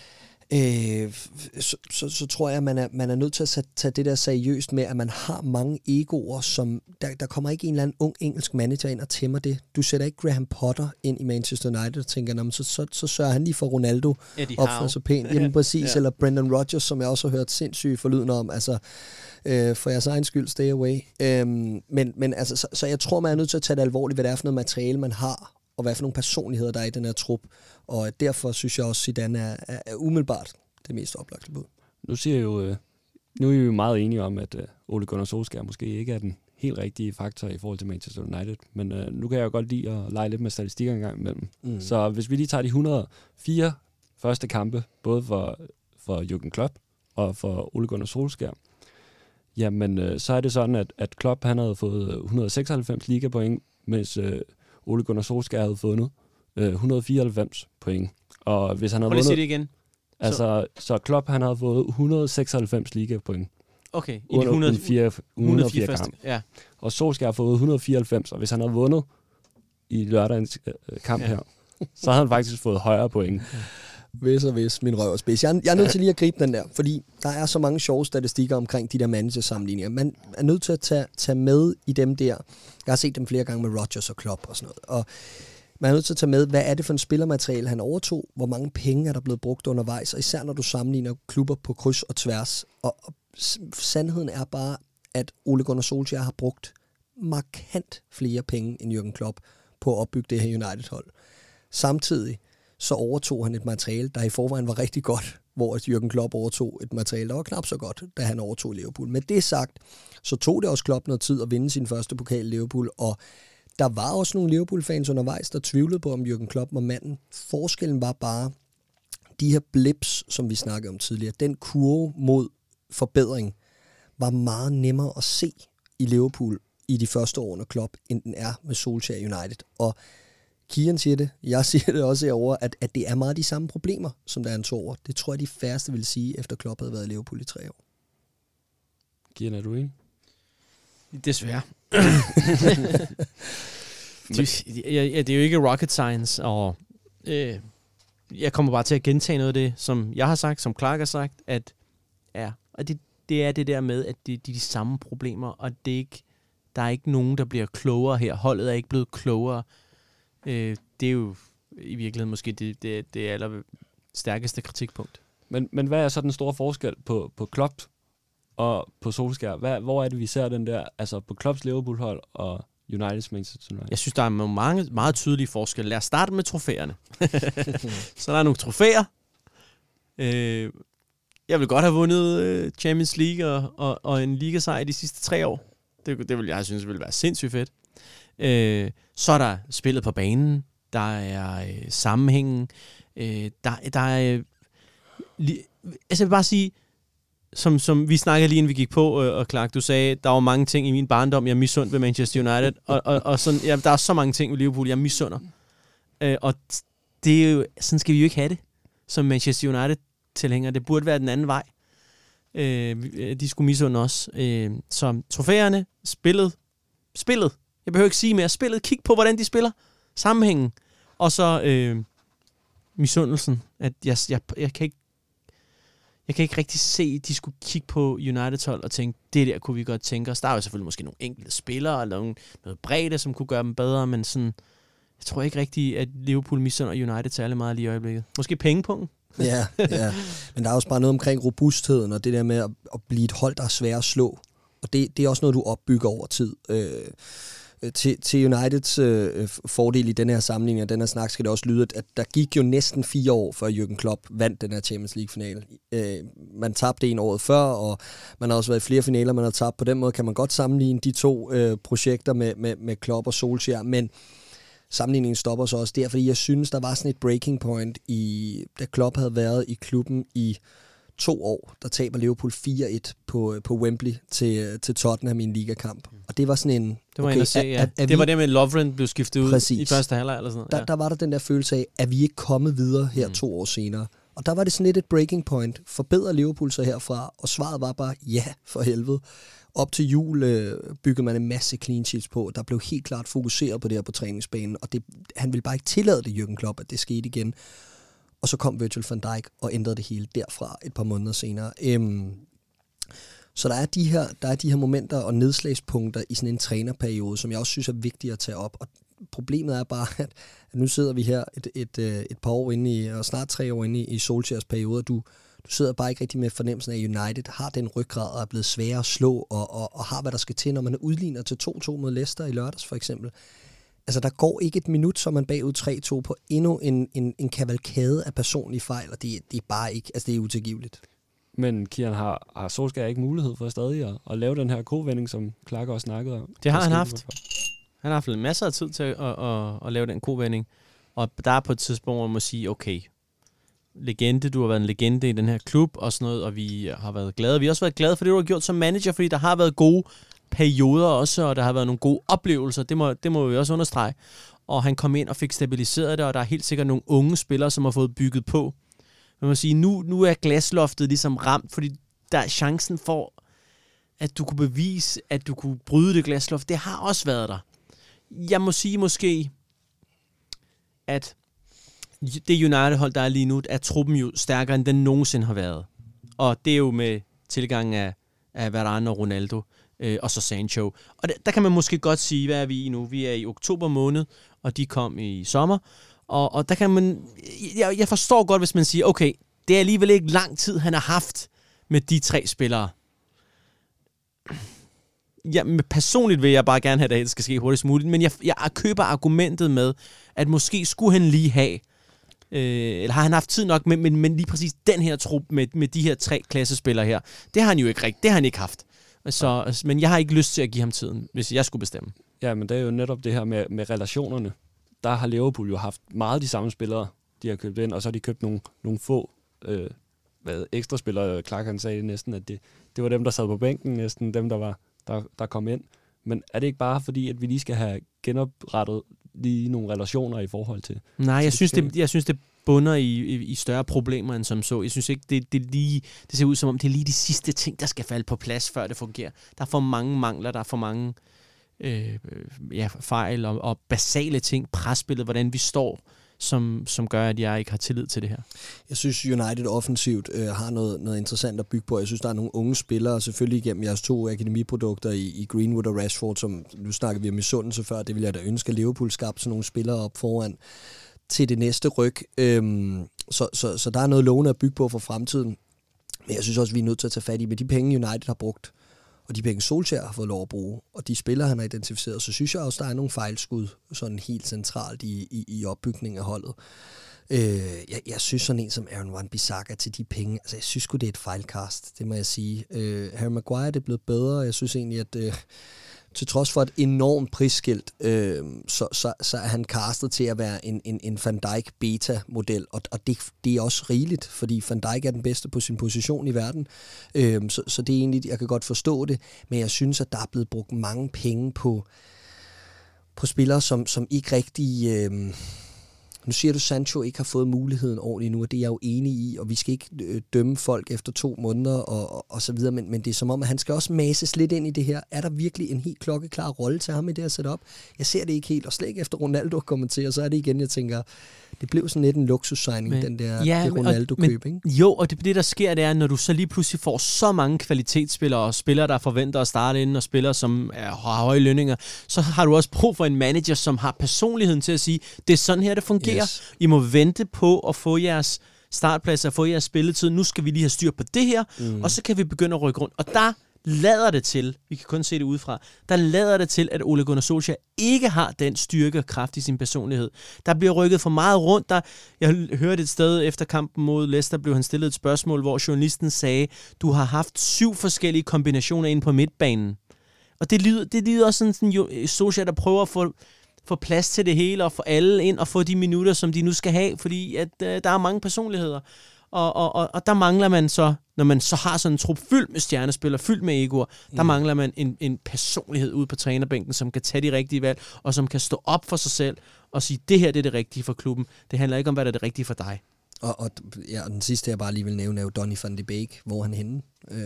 så tror jeg, at man er nødt til at tage det der seriøst med, at man har mange egoer, som der kommer ikke en eller anden ung engelsk manager ind og tæmmer det. Du sætter ikke Graham Potter ind i Manchester United og tænker, så sørger han lige for Ronaldo opfører sig pænt. Jamen præcis, ja. Eller Brendan Rodgers, som jeg også har hørt sindssygt forlydende om, altså for jeres egen skyld, stay away. Men altså, så jeg tror, man er nødt til at tage det alvorligt, hvad det er for noget materiale, man har, og hvad for nogle personligheder, der er i den her trup. Og derfor synes jeg også, at Zidane er umiddelbart det mest oplagte bud.
Nu er I jo meget enige om, at Ole Gunnar Solskjaer måske ikke er den helt rigtige faktor i forhold til Manchester United. Men nu kan jeg jo godt lide at lege lidt med statistikker en gang imellem. Så hvis vi lige tager de 104 første kampe, både for Jürgen Klopp og for Ole Gunnar Solskjaer, jamen så er det sådan, at Klopp han havde fået 196 ligapoint, mens Ole Gunnar Solskjaer havde fundet 194 point. Og hvis han havde vundet...
Prøv lige at sige det igen.
Altså, så Klopp han havde fået 196 ligapoint.
Okay, i
de 104 kampe.
Ja.
Og Solskjaer har fået 194, og hvis han havde vundet i lørdagens kamp her, så havde han faktisk fået højere point.
Hvis min røv er spids. Jeg er nødt til lige at gribe den der, fordi der er så mange sjove statistikker omkring de der managersammenligninger. Man er nødt til at tage med i dem der. Jeg har set dem flere gange med Rodgers og Klopp og sådan noget. Og man er nødt til at tage med, hvad er det for en spillermateriale, han overtog? Hvor mange penge er der blevet brugt undervejs? Og især når du sammenligner klubber på kryds og tværs. Og sandheden er bare, at Ole Gunnar Solskjaer har brugt markant flere penge end Jürgen Klopp på at opbygge det her United-hold. Samtidig så overtog han et materiale, der i forvejen var rigtig godt, hvor Jürgen Klopp overtog et materiale, der var knap så godt, da han overtog Liverpool. Med det sagt, så tog det også Klopp noget tid at vinde sin første pokal i Liverpool, og der var også nogle Liverpool-fans undervejs, der tvivlede på, om Jürgen Klopp var manden. Forskellen var bare de her blips, som vi snakkede om tidligere. Den kurve mod forbedring var meget nemmere at se i Liverpool i de første år under Klopp, end den er med Solskjaer United. Og Kian siger det, jeg siger det også herovre, at det er meget de samme problemer, som der er en 2 år. Det tror jeg, de færreste vil sige, efter Klopp havde været i Liverpool i 3 år.
Kian, er du enig?
Desværre. Det er jo ikke rocket science, og jeg kommer bare til at gentage noget af det, som jeg har sagt, som Clark har sagt, at det er det der med, at det er de samme problemer, og der er ikke nogen, der bliver klogere her. Holdet er ikke blevet klogere. Det er jo i virkeligheden måske det aller stærkeste kritikpunkt.
Men hvad er så den store forskel på Klopp og på Solskjaer? Hvor er det, vi ser den der, altså på Klopps Liverpool-hold og Uniteds Manchester United?
Jeg synes, der er mange meget tydelige forskelle. Lad os starte med trofæerne. Så der er nogle trofæer. Jeg vil godt have vundet Champions League og en ligasejr de sidste 3 år. Det vil jeg synes ville være sindssygt fedt. Så er der spillet på banen. Der er sammenhængen. Der er... Altså jeg vil bare sige, som vi snakkede lige inden vi gik på, og Clark, du sagde, der var mange ting i min barndom, jeg misundte ved Manchester United, og sådan, ja, der er så mange ting ved Liverpool, jeg misunder. Og det er jo, sådan skal vi jo ikke have det, som Manchester United-tilhængere. Det burde være den anden vej. De skulle misunde os. Så trofæerne, spillet. Jeg behøver ikke sige mere. Spillet, kig på, hvordan de spiller. Sammenhængen. Og så misundelsen, at jeg kan ikke rigtig se, at de skulle kigge på United-hold og tænke, det der kunne vi godt tænke os. Der er jo selvfølgelig måske nogle enkelte spillere, eller noget bredde, som kunne gøre dem bedre, men sådan, jeg tror ikke rigtigt, at Liverpool misunder United særlig meget lige i øjeblikket. Måske pengepunkten.
Ja. Men der er også bare noget omkring robustheden, og det der med at blive et hold, der er svært at slå. Og det er også noget, du opbygger over tid. Til Uniteds fordel i den her sammenligning og den her snak skal det også lyde, at der gik jo næsten 4 år, før Jürgen Klopp vandt den her Champions League-finale. Man tabte en året før, og man har også været i flere finaler, man har tabt. På den måde kan man godt sammenligne de 2 projekter med Klopp og Solskjaer, men sammenligningen stopper så også der, fordi jeg synes, der var sådan et breaking point, da Klopp havde været i klubben i 2 år, der taber Liverpool 4-1 på Wembley til Tottenham i en ligakamp. Og det var sådan en...
Det var en se, ja. Det var det med, at Lovren blev skiftet ud i første halvleg eller sådan noget.
Der var der den der følelse af, at vi ikke kommet videre her 2 år senere. Og der var det sådan lidt et breaking point. Forbedrer Liverpool sig herfra? Og svaret var bare, ja, for helvede. Op til jul byggede man en masse clean sheets på. Der blev helt klart fokuseret på det her på træningsbanen. Og han ville bare ikke tillade det, Jürgen Klopp, at det skete igen. Og så kom Virgil van Dijk og ændrede det hele derfra et par måneder senere. Så der er de her momenter og nedslagspunkter i sådan en trænerperiode, som jeg også synes er vigtigt at tage op. Og problemet er bare, at nu sidder vi her et par år inde i, og snart 3 år inde i Solskjaers periode, og du sidder bare ikke rigtig med fornemmelsen af, at United har den ryggrad og er blevet sværere at slå, og har hvad der skal til, når man udligner til 2-2 mod Leicester i lørdags for eksempel. Altså, der går ikke et minut, så man bagud 3-2 på endnu en kavalkade af personlige fejl, og det er bare ikke, altså det er utilgiveligt.
Men Kian, har Solskjaer ikke mulighed for stadig at lave den her kovending, som Clark også snakkede om?
Det har han haft. Han har haft masser af tid til at lave den kovending, og der er på et tidspunkt, hvor man må sige, okay, legende, du har været en legende i den her klub og sådan noget, og vi har været glade. Vi har også været glade for det, du har gjort som manager, fordi der har været gode perioder også, og der har været nogle gode oplevelser, det må vi også understrege. Og han kom ind og fik stabiliseret det, og der er helt sikkert nogle unge spillere, som har fået bygget på. Man må sige, nu er glasloftet ligesom ramt, fordi der er chancen for, at du kunne bevise, at du kunne bryde det glasloft. Det har også været der. Jeg må sige måske, at det United-hold, der er lige nu, er truppen jo stærkere, end den nogensinde har været. Og det er jo med tilgangen af Varane og Ronaldo, og så Sancho. Og der kan man måske godt sige, hvad er vi i nu? Vi er i oktober måned, og de kom i sommer. Og der kan man... Jeg forstår godt, hvis man siger, okay, det er alligevel ikke lang tid, han har haft med de 3 spillere. Ja, personligt vil jeg bare gerne have, at det skal ske hurtigst muligt, men jeg køber argumentet med, at måske skulle han lige have, eller har han haft tid nok, men lige præcis den her trup med de her 3 klassespillere her, det har han jo ikke rigtigt, det har han ikke haft. Så, men jeg har ikke lyst til at give ham tiden, hvis jeg skulle bestemme.
Ja, men det er jo netop det her med relationerne. Der har Liverpool jo haft meget de samme spillere, de har købt ind, og så har de købt nogle få ekstra spillere. Clark han sagde næsten, at det var dem, der sad på bænken, næsten dem, der kom ind. Men er det ikke bare fordi, at vi lige skal have genoprettet lige nogle relationer i forhold til...
Nej, jeg synes, det bunder i større problemer end som så. Jeg synes ikke, det ser ud som om, det er lige de sidste ting, der skal falde på plads, før det fungerer. Der er for mange mangler, der er for mange fejl og basale ting, presspillet, hvordan vi står, som gør, at jeg ikke har tillid til det her.
Jeg synes, United offensivt har noget interessant at bygge på. Jeg synes, der er nogle unge spillere, selvfølgelig igennem jeres 2 akademiprodukter i Greenwood og Rashford, som nu snakker vi om misundelse før, det vil jeg da ønske, at Liverpool skabte sådan nogle spillere op foran til det næste ryg. Så der er noget lovende at bygge på for fremtiden. Men jeg synes også, vi er nødt til at tage fat i med de penge, United har brugt, og de penge Solskjaer har fået lov at bruge, og de spillere, han har identificeret, så synes jeg også, der er nogle fejlskud sådan helt centralt i opbygningen af holdet. Jeg synes sådan en som Aaron Wan-Bissaka til de penge, altså jeg synes sgu, det er et fejlcast, det må jeg sige. Harry Maguire det er blevet bedre, jeg synes egentlig, at til trods for et enormt prisskilt, så er han castet til at være en Van Dijk beta-model, og det er også rigeligt, fordi Van Dijk er den bedste på sin position i verden, så det er egentlig, jeg kan godt forstå det, men jeg synes, at der er blevet brugt mange penge på spillere, som ikke rigtig... Nu siger du, Sancho ikke har fået muligheden ordentligt nu, og det er jeg jo enig i, og vi skal ikke dømme folk efter 2 måneder og så videre, men det er som om, at han skal også mases lidt ind i det her. Er der virkelig en helt klokkeklar rolle til ham i det her setup? Jeg ser det ikke helt, og slet ikke efter Ronaldo kommenterer, så er det igen, jeg tænker, det blev sådan lidt en luksussigning, det Ronaldo-køb, ikke?
Jo, og det der sker, det er, når du så lige pludselig får så mange kvalitetsspillere, og spillere, der forventer at starte inden, og spillere, som har høje lønninger, så har du også brug for en manager, som har personligheden til at sige, det er sådan her, det fungerer. Yes. I må vente på at få jeres startpladser, få jeres spilletid. Nu skal vi lige have styr på det her, og så kan vi begynde at rykke rundt. Og der lader det til, vi kan kun se det udefra, der lader det til, at Ole Gunnar Solskjaer ikke har den styrke og kraft i sin personlighed. Der bliver rykket for meget rundt. Jeg hørte et sted efter kampen mod Leicester, blev han stillet et spørgsmål, hvor journalisten sagde, du har haft 7 forskellige kombinationer inde på midtbanen. Og det lyder også sådan Solskjaer, der prøver at få plads til det hele, og få alle ind, og få de minutter, som de nu skal have, fordi at der er mange personligheder. Og der mangler man så, når man så har sådan en trup fyldt med stjernespillere, fyldt med egoer, der mangler man en personlighed ude på trænerbænken, som kan tage de rigtige valg, og som kan stå op for sig selv, og sige, det her det er det rigtige for klubben. Det handler ikke om, hvad der er det rigtige for dig.
Og den sidste, jeg bare lige vil nævne, er jo Donny van de Beek. Hvor er han henne?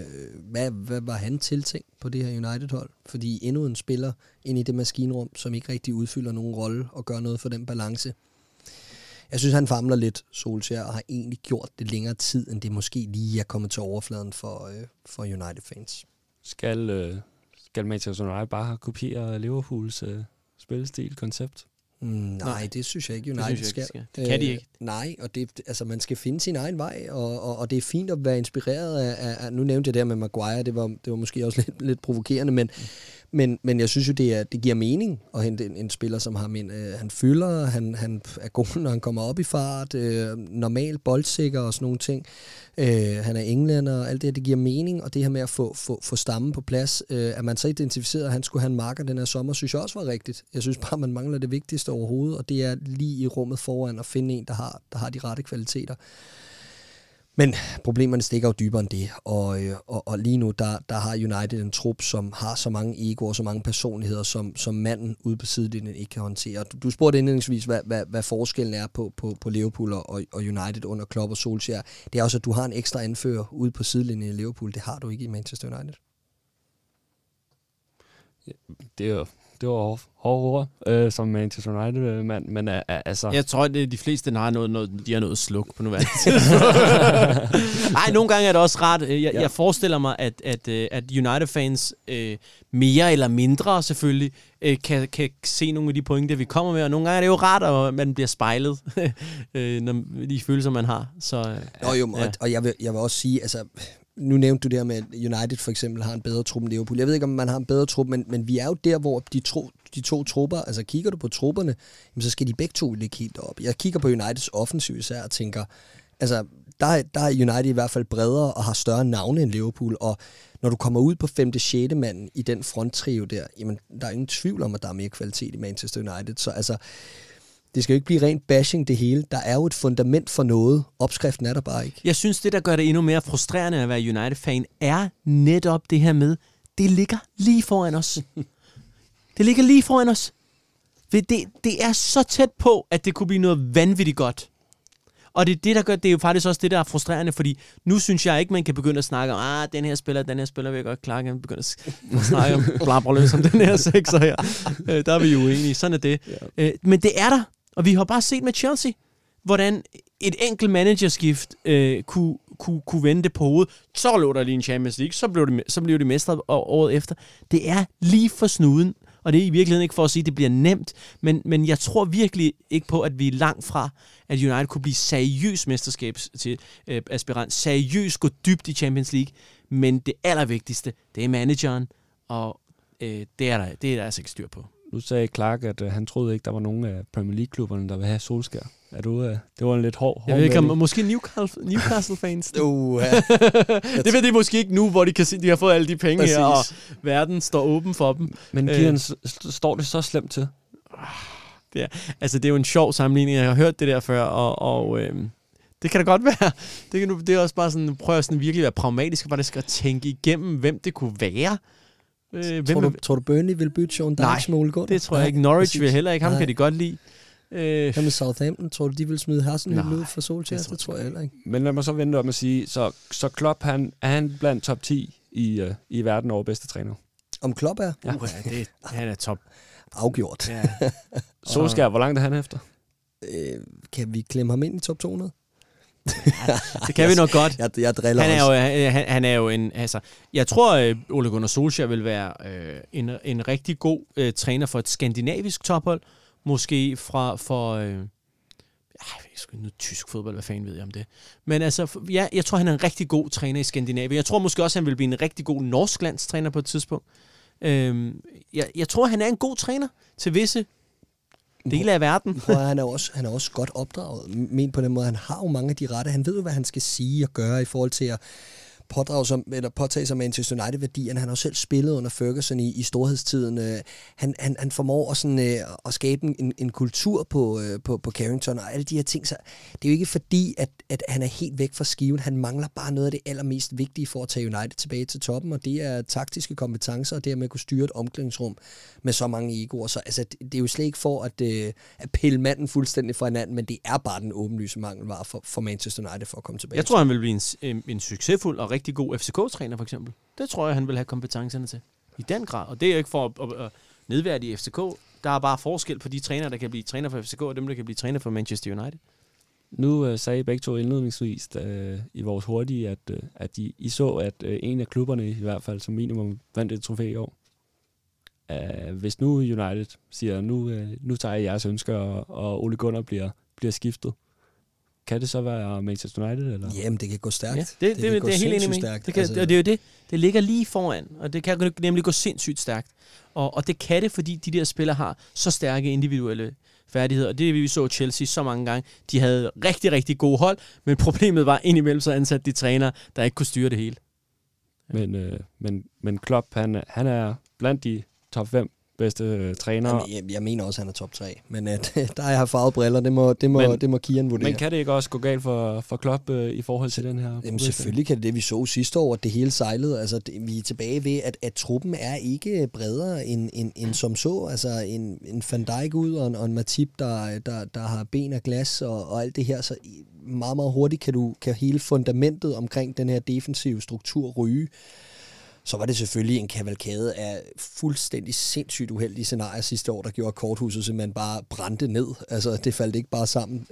Hvad var han tiltænkt på det her United-hold? Fordi endnu en spiller ind i det maskinrum, som ikke rigtig udfylder nogen rolle og gør noget for den balance. Jeg synes, han famler lidt, Solskjaer, og har egentlig gjort det længere tid, end det måske lige er kommet til overfladen for United-fans.
Skal Manchester United bare kopiere Liverpools spillestil, koncept?
Nej, det synes jeg ikke, United skal.
Det kan de ikke.
Nej, og man skal finde sin egen vej, og det er fint at være inspireret af nu nævnte jeg det her med Maguire, det var måske også lidt provokerende, men jeg synes jo, det giver mening at hente en spiller, som han fylder, han er god, når han kommer op i fart, normal boldsikker og sådan nogle ting. Han er englænder, og alt det giver mening, og det her med at få stammen på plads, at man så identificerede, at han skulle have en marker den her sommer, synes jeg også var rigtigt. Jeg synes bare, man mangler det vigtigste overhovedet, og det er lige i rummet foran at finde en, der har de rette kvaliteter. Men problemerne stikker jo dybere end det, og lige nu, der har United en trup, som har så mange egoer, så mange personligheder, som manden ude på sidelinjen ikke kan håndtere. Du spurgte indledningsvis, hvad forskellen er på Liverpool og United under Klopp og Solskjaer. Det er også, at du har en ekstra anfører ude på sidelinjen i Liverpool. Det har du ikke i Manchester United.
Det var hårde ord som Manchester United-mand, men altså...
Jeg tror, at de fleste har noget sluk på nuværende Nej, nogle gange er det også rart. Jeg forestiller mig, at United-fans mere eller mindre selvfølgelig kan se nogle af de pointer, vi kommer med, og nogle gange er det jo rart, at man bliver spejlet, når de følelser, man har. Så,
og jeg vil også sige, altså... Nu nævnte du det her med, at United for eksempel har en bedre trup end Liverpool. Jeg ved ikke, om man har en bedre trup, men vi er jo der, hvor de to trupper, altså kigger du på trupperne, så skal de begge to ligge helt op. Jeg kigger på Uniteds offensiv især og tænker, altså der er United i hvert fald bredere og har større navne end Liverpool, og når du kommer ud på 5. 6. manden i den fronttrio der, jamen der er ingen tvivl om, at der er mere kvalitet i Manchester United, så altså... Det skal jo ikke blive rent bashing det hele. Der er jo et fundament for noget. Opskriften er der bare ikke.
Jeg synes, det der gør det endnu mere frustrerende at være United-fan, er netop det her med, det ligger lige foran os. Det ligger lige foran os. Det er så tæt på, at det kunne blive noget vanvittigt godt. Og det er det, der gør, det er jo faktisk også det, der er frustrerende, fordi nu synes jeg ikke, man kan begynde at snakke om, den her spiller vil jeg godt klare, kan begynde at snakke om blabraløs om den her sekser her. Der er vi jo uenige, sådan er det. Ja. Men det er der, og vi har bare set med Chelsea, hvordan et enkelt managerskift kunne vende det på hovedet. Så lå der lige en Champions League, så blev det mestre året efter. Det er lige for snuden, og det er i virkeligheden ikke for at sige, at det bliver nemt, men jeg tror virkelig ikke på, at vi er langt fra, at United kunne blive seriøs mesterskabsaspirant, seriøst gå dybt i Champions League, Men det allervigtigste, det er manageren, og det er der altså ikke styr på.
Nu sagde Clark, at han troede ikke, der var nogen af Premier League-klubberne, der vil have Solskjaer. Er du, det var en lidt hård
Jeg ved ikke, om måske Newcastle-fans.
Ja.
Det ved de måske ikke nu, hvor de kan se, de har fået alle de penge her, og verden står åben for dem.
Men Kian, står det så slemt til?
Ja, altså det er jo en sjov sammenligning. Jeg har hørt det der før, og det kan da godt være. Det er også bare sådan, nu prøver jeg sådan virkelig at være pragmatisk, og bare skal tænke igennem, hvem det kunne være.
Tror du Burnley vil bytte Sean Dyche med Ole Gunnar?
Det tror jeg ikke. Norwich vil heller ikke. Ham kan de godt lide.
Hvad med Southampton? Tror du, de vil smide Hasenhüttl ud for Solskjaer? Det tror jeg heller ikke.
Men lad mig så vente om at sige, så Klopp, er han blandt top 10 i verden over bedste træner?
Om Klopp er?
Ja.
Han er top.
Afgjort.
Ja.
Solskjaer, hvor langt er han efter?
Kan vi klemme ham ind i top 200?
Det kan vi nok godt.
Jeg driller
han er jo en... Altså, jeg tror, Ole Gunnar Solskjaer vil være en rigtig god træner for et skandinavisk tophold. Måske noget tysk fodbold, hvad fanden ved jeg om det. Men altså, ja, jeg tror, han er en rigtig god træner i Skandinavien. Jeg tror måske også, han vil blive en rigtig god norsk landstræner på et tidspunkt. Jeg tror, han er en god træner til visse dele af verden.
Han er også godt opdraget. Men på den måde, han har jo mange af de rette. Han ved jo, hvad han skal sige og gøre i forhold til at påtage sig Manchester United-værdierne. Han har jo selv spillet under Ferguson i storhedstiden. Han formår at skabe en kultur på Carrington og alle de her ting. Så det er jo ikke fordi, at han er helt væk fra skiven. Han mangler bare noget af det allermest vigtige for at tage United tilbage til toppen, og det er taktiske kompetencer, og dermed at kunne styre et omklædningsrum med så mange egoer. Så altså, det er jo slet ikke for at pille manden fuldstændig fra hinanden, men det er bare den åbenlyse mangelvare for Manchester United for at komme tilbage.
Jeg tror, han vil blive en succesfuld og rigtig god FCK-træner, for eksempel. Det tror jeg, han vil have kompetencerne til. I den grad. Og det er jo ikke for at nedværdige FCK. Der er bare forskel på de trænere, der kan blive træner for FCK, og dem, der kan blive træner for Manchester United.
Nu sagde I begge to indledningsvis i vores hurtige, at I så, at en af klubberne i hvert fald som minimum vandt et trofæ i år. Hvis nu United siger, nu tager jeg jeres ønsker, og Ole Gunnar bliver skiftet, kan det så være Manchester United? Eller?
Jamen, det kan gå stærkt.
Ja, det er jeg helt enig med. Det er jo det. Det ligger lige foran, og det kan nemlig gå sindssygt stærkt. Og det kan det, fordi de der spillere har så stærke individuelle færdigheder. Og det vi så Chelsea så mange gange. De havde rigtig, rigtig gode hold, men problemet var indimellem så ansat de trænere, der ikke kunne styre det hele.
Men Klopp, han er blandt de top 5 bedste trænere.
Jamen, jeg mener også, at han er top 3. Men der er jeg farvet briller, det må Kian vurdere.
Men kan det ikke også gå galt for Klopp i forhold til den her?
Jamen selvfølgelig kan det vi så sidste år, at det hele sejlede. Altså, vi er tilbage ved, at truppen er ikke bredere end som så. Altså en Van Dijk ud og en Matip, der har ben af glas og alt det her. Så meget, meget hurtigt kan hele fundamentet omkring den her defensive struktur ryge. Så var det selvfølgelig en kavalkade af fuldstændig sindssygt uheldige scenarier sidste år, der gjorde korthuset simpelthen bare brændte ned. Altså, det faldt ikke bare sammen.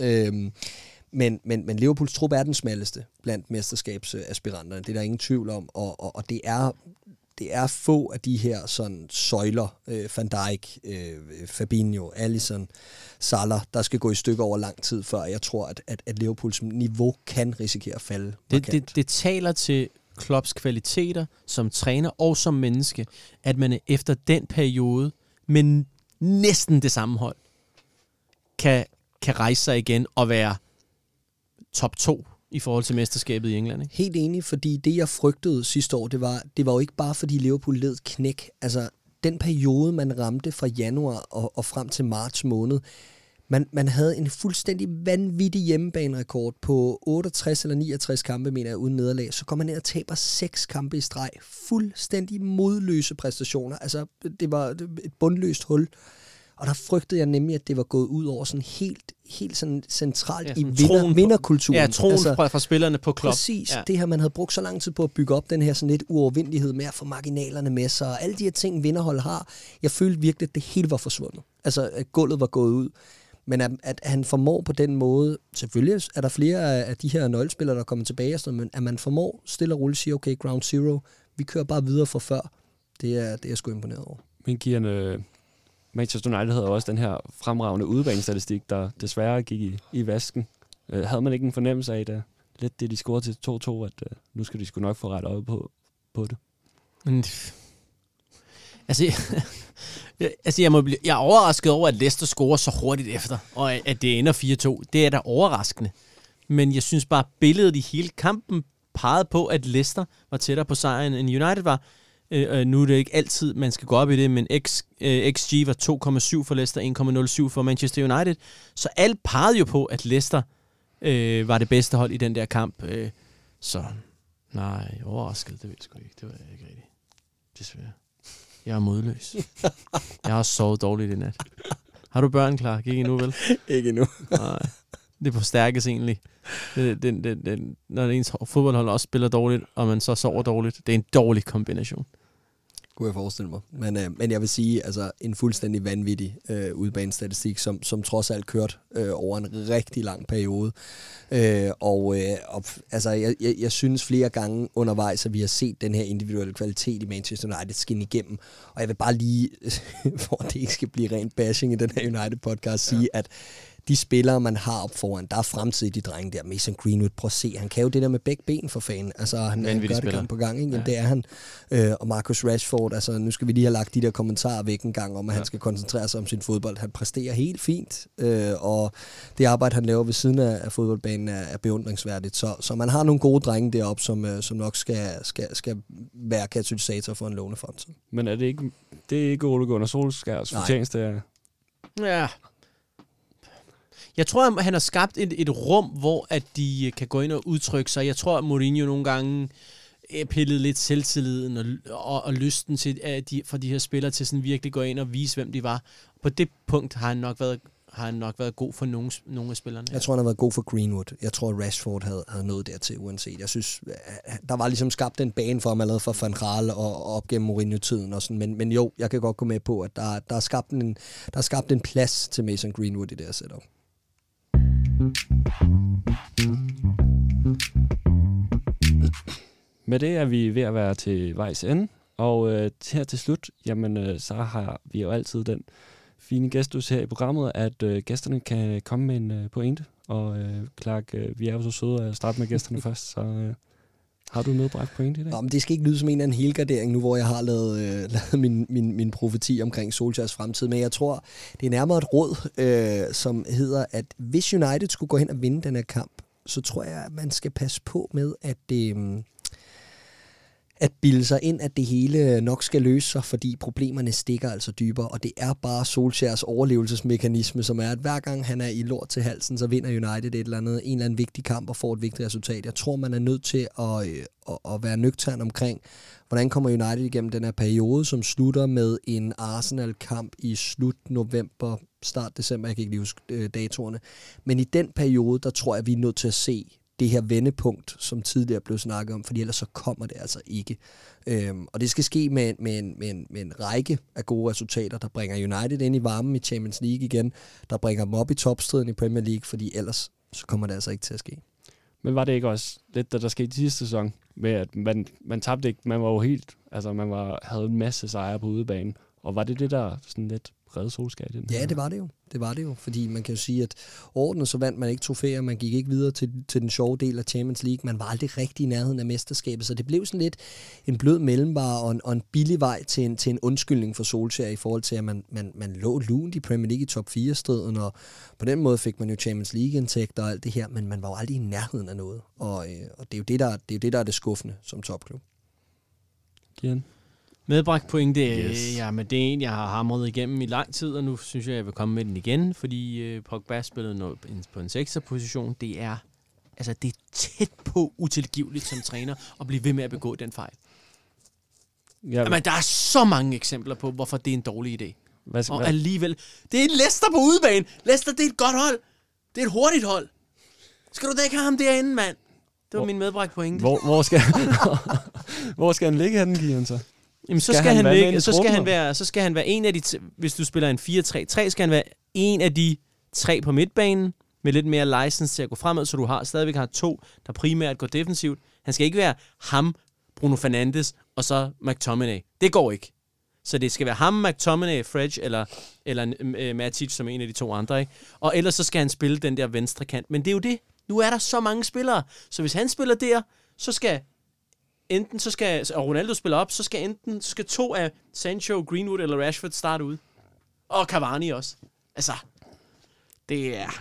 Men Liverpools trup er den smalleste blandt mesterskabsaspiranterne. Det er der ingen tvivl om. Og det er få af de her sådan søjler, Van Dijk, Fabinho, Alisson, Salah, der skal gå i stykker over lang tid, før jeg tror, at Liverpools niveau kan risikere at falde.
Det taler til Klopps kvaliteter som træner og som menneske, at man efter den periode med næsten det samme hold kan rejse sig igen og være top 2 i forhold til mesterskabet i England. Ikke?
Helt enig, fordi det jeg frygtede sidste år, det var jo ikke bare fordi Liverpool led et knæk. Altså den periode man ramte fra januar og frem til marts måned, man havde en fuldstændig vanvittig hjemmebanerekord på 68 eller 69 kampe, mener jeg, uden nederlag. Så kommer man ned og taber 6 kampe i streg. Fuldstændig modløse præstationer. Altså, det var et bundløst hul. Og der frygtede jeg nemlig, at det var gået ud over sådan helt sådan centralt i vinderkulturen.
Ja, troen fra spillerne på Klopp.
Præcis. Ja. Det her, man havde brugt så lang tid på at bygge op, den her sådan lidt uovervindelighed med at få marginalerne med sig, og alle de her ting, vinderhold har. Jeg følte virkelig, at det hele var forsvundet. Altså, at gulvet var gået ud. Men at han formår på den måde, selvfølgelig er der flere af de her nøglespillere, der kommer tilbage, men at man formår stille og roligt sige, okay, ground zero, vi kører bare videre fra før, det er jeg sgu imponeret over.
Men Kian, Manchester United havde også den her fremragende udebanestatistik, der desværre gik i vasken. Havde man ikke en fornemmelse af, da lidt det de scorede til 2-2, at nu skal de sgu nok få ret op på det.
Jeg er overrasket over, at Leicester scorer så hurtigt efter, og at det ender 4-2. Det er da overraskende. Men jeg synes bare, at billedet i hele kampen pegede på, at Leicester var tættere på sejren, end United var. Nu er det ikke altid, man skal gå op i det, men XG var 2,7 for Leicester, 1,07 for Manchester United. Så alt pegede jo på, at Leicester var det bedste hold i den der kamp. Så nej, overrasket, det ved jeg sgu ikke. Det var jeg ikke rigtigt. Desværre. Jeg er modløs. Jeg har også sovet dårligt i nat. Har du børn klar? Gik endnu, vel?
Ikke endnu.
Nej. Det forstærkes egentlig. Når ens fodboldhold også spiller dårligt, og man så sover dårligt. Det er en dårlig kombination.
Kunne jeg forestille mig. Men jeg vil sige, altså en fuldstændig vanvittig udbanestatistik, som trods alt kørt over en rigtig lang periode. Altså jeg synes flere gange undervejs, at vi har set den her individuelle kvalitet i Manchester United skinne igennem. Og jeg vil bare lige, for det ikke skal blive rent bashing i den her United-podcast, sige, at de spillere, man har op foran, der er fremtid i de drenge der. Mason Greenwood, prøv at se, han kan jo det der med begge ben for fanden. Altså, han gør det gang på gang, ikke? Ja. Det er han. Og Marcus Rashford, altså nu skal vi lige have lagt de der kommentarer væk en gang, om at han skal koncentrere sig om sin fodbold. Han præsterer helt fint, og det arbejde, han laver ved siden af fodboldbanen, er beundringsværdigt. Så man har nogle gode drenge deroppe, som nok skal være katalysator for en lånefond.
Men er det er ikke Ole Gunnar Solskjærs fortjeneste?
Ja. Jeg tror, at han har skabt et rum, hvor at de kan gå ind og udtrykke sig. Jeg tror, at Mourinho nogle gange pillede lidt selvtilliden og lysten til, for de her spillere til sådan virkelig gå ind og vise, hvem de var. På det punkt har han nok været god for nogle af spillerne.
Jeg tror, han har været god for Greenwood. Jeg tror, at Rashford havde nået dertil, uanset. Jeg synes, der var ligesom skabt en bane for ham allerede fra Van Gaal og op gennem Mourinho-tiden. Og sådan. Men jo, jeg kan godt gå med på, at der er skabt en plads til Mason Greenwood i det her setup.
Med det er vi ved at være til vejs ende, og her til slut, jamen så har vi jo altid den fine gestus her i programmet, at gæsterne kan komme med en pointe, og Clark, vi er jo så søde at starte med gæsterne først, så har du medbragt pointe i dag?
Men det skal ikke lyde som en eller anden helgardering nu, hvor jeg har lavet min profeti omkring Solskjærs fremtid, men jeg tror, det er nærmere et råd, som hedder, at hvis United skulle gå hen og vinde den her kamp, så tror jeg, at man skal passe på med, at bilde sig ind, at det hele nok skal løse sig, fordi problemerne stikker altså dybere, og det er bare Solskjærs overlevelsesmekanisme, som er, at hver gang han er i lort til halsen, så vinder United en eller anden vigtig kamp og får et vigtigt resultat. Jeg tror, man er nødt til at være nøgtern omkring, hvordan kommer United igennem den her periode, som slutter med en Arsenal-kamp i slut november, start december, jeg kan ikke lige huske datorerne, men i den periode, der tror jeg, vi er nødt til at se det her vendepunkt, som tidligere blev snakket om, fordi ellers så kommer det altså ikke. Og det skal ske med en række af gode resultater, der bringer United ind i varmen i Champions League igen, der bringer dem op i topstriden i Premier League, fordi ellers så kommer det altså ikke til at ske.
Men var det ikke også lidt, der skete i sidste sæson, med at man tabte ikke, man var jo helt, altså havde en masse sejre på udebanen, og var det der sådan lidt redde Solskjær i den?
Ja, det var det jo. Det var det jo, fordi man kan jo sige, at ordnet så vandt man ikke trofæer, man gik ikke videre til den sjove del af Champions League, man var aldrig rigtig i nærheden af mesterskabet, så det blev sådan lidt en blød mellemvare og en billig vej til en undskyldning for Solskjær i forhold til, at man lå lunt i Premier League i top 4-striden, og på den måde fik man jo Champions League-indtægter og alt det her, men man var jo aldrig i nærheden af noget, og det er jo det, der er det skuffende som topklub.
Gian?
Medbragt pointe, ja, men det er en, jeg har hamret igennem i lang tid, og nu synes jeg vil komme med den igen, fordi Pogba spillede på en 6'er-position. Det er tæt på utilgiveligt som træner at blive ved med at begå den fejl. Ja, men der er så mange eksempler på, hvorfor det er en dårlig idé. Og alligevel, det er Leicester på udebane. Leicester, det er et godt hold. Det er et hurtigt hold. Skal du da ikke have ham derinde, mand? Det var min medbragt pointe.
Hvor skal han ligge henne, Gian, så?
Jamen, så skal han være en af de, hvis du spiller en 4-3-3, skal han være en af de 3 på midtbanen, med lidt mere license til at gå fremad, så du stadigvæk har 2, der primært går defensivt. Han skal ikke være ham, Bruno Fernandes, og så McTominay. Det går ikke. Så det skal være ham, McTominay, Fredge eller Matic som en af de 2 andre, ikke? Og ellers så skal han spille den der venstre kant. Men det er jo det. Nu er der så mange spillere. Så hvis han spiller der, så skal enten så skal, og Ronaldo spiller op, så skal 2 af Sancho, Greenwood eller Rashford starte ud. Og Cavani også. Altså, det er...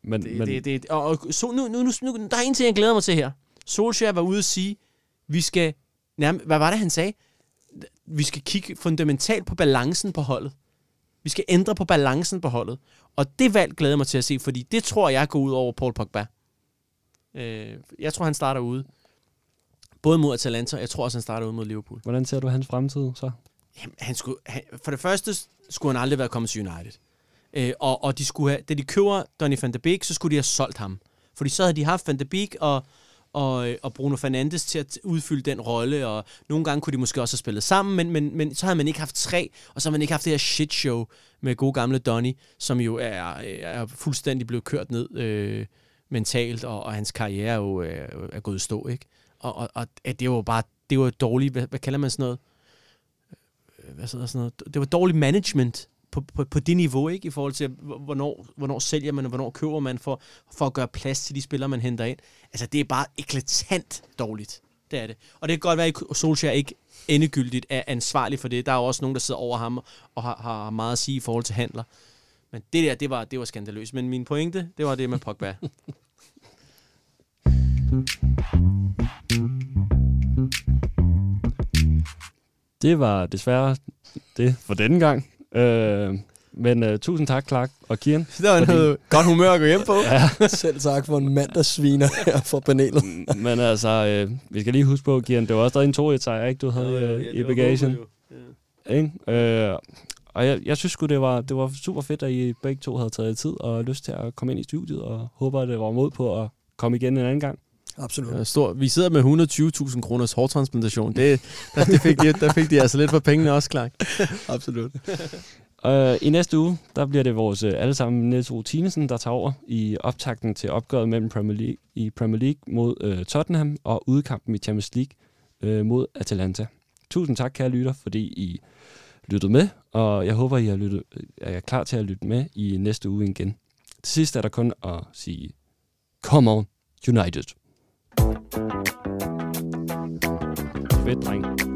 Nu, der er en ting, jeg glæder mig til her. Solskjaer var ude at sige, vi skal... Hvad var det, han sagde? Vi skal kigge fundamentalt på balancen på holdet. Vi skal ændre på balancen på holdet. Og det valg glæder mig til at se, fordi det tror jeg går ud over Paul Pogba. Jeg tror, han starter ude. Både mod Atalanta, og jeg tror også, han starter ude mod Liverpool.
Hvordan ser du hans fremtid så?
Jamen, for det første skulle han aldrig være kommet til United. Og de skulle have, da de køber Donny van de Beek, så skulle de have solgt ham. Fordi så havde de haft Van de Beek og Bruno Fernandes til at udfylde den rolle, og nogle gange kunne de måske også have spillet sammen, men så havde man ikke haft 3, og så havde man ikke haft det her shit show med gode gamle Donny, som jo er fuldstændig blevet kørt ned mentalt, og hans karriere jo er gået i stå, ikke? Og det var bare, det var dårligt, hvad kalder man sådan noget? Det var dårligt management på det niveau, ikke? I forhold til, hvornår sælger man, og hvornår køber man for at gøre plads til de spillere, man henter ind. Altså, det er bare eklatant dårligt. Det er det. Og det kan godt være, at Solskjaer ikke endegyldigt er ansvarlig for det. Der er jo også nogen, der sidder over ham og har meget at sige i forhold til handler. Men det der, det var skandaløst. Men min pointe, det var det med Pogba.
Det var desværre det for denne gang. Men tusind tak, Clark og Kian.
Det var noget godt humør at gå hjem på.
Ja. Selv tak for en mandagssviner her for panelet.
Men altså, vi skal lige huske på, Kian, det var også stadig en 2-1-sejr, ikke? Du havde i bagagen. Ja. Og jeg synes sgu, det var super fedt, at I begge to havde taget tid og lyst til at komme ind i studiet, og håber, at det var mod på at komme igen en anden gang.
Absolut.
Vi sidder med 120.000 kroners hårtransplantation. Der fik de altså lidt for pengene også, Clark.
Absolut.
I næste uge, der bliver det vores allesammen Niels O. Tinesen, der tager over i optakten til opgøret mellem Premier League mod Tottenham og udkampen i Champions League mod Atalanta. Tusind tak, kære lytter, fordi I lyttede med, og jeg håber, I er klar til at lytte med i næste uge igen. Til sidst er der kun at sige, come on, United. Fedt, dreng.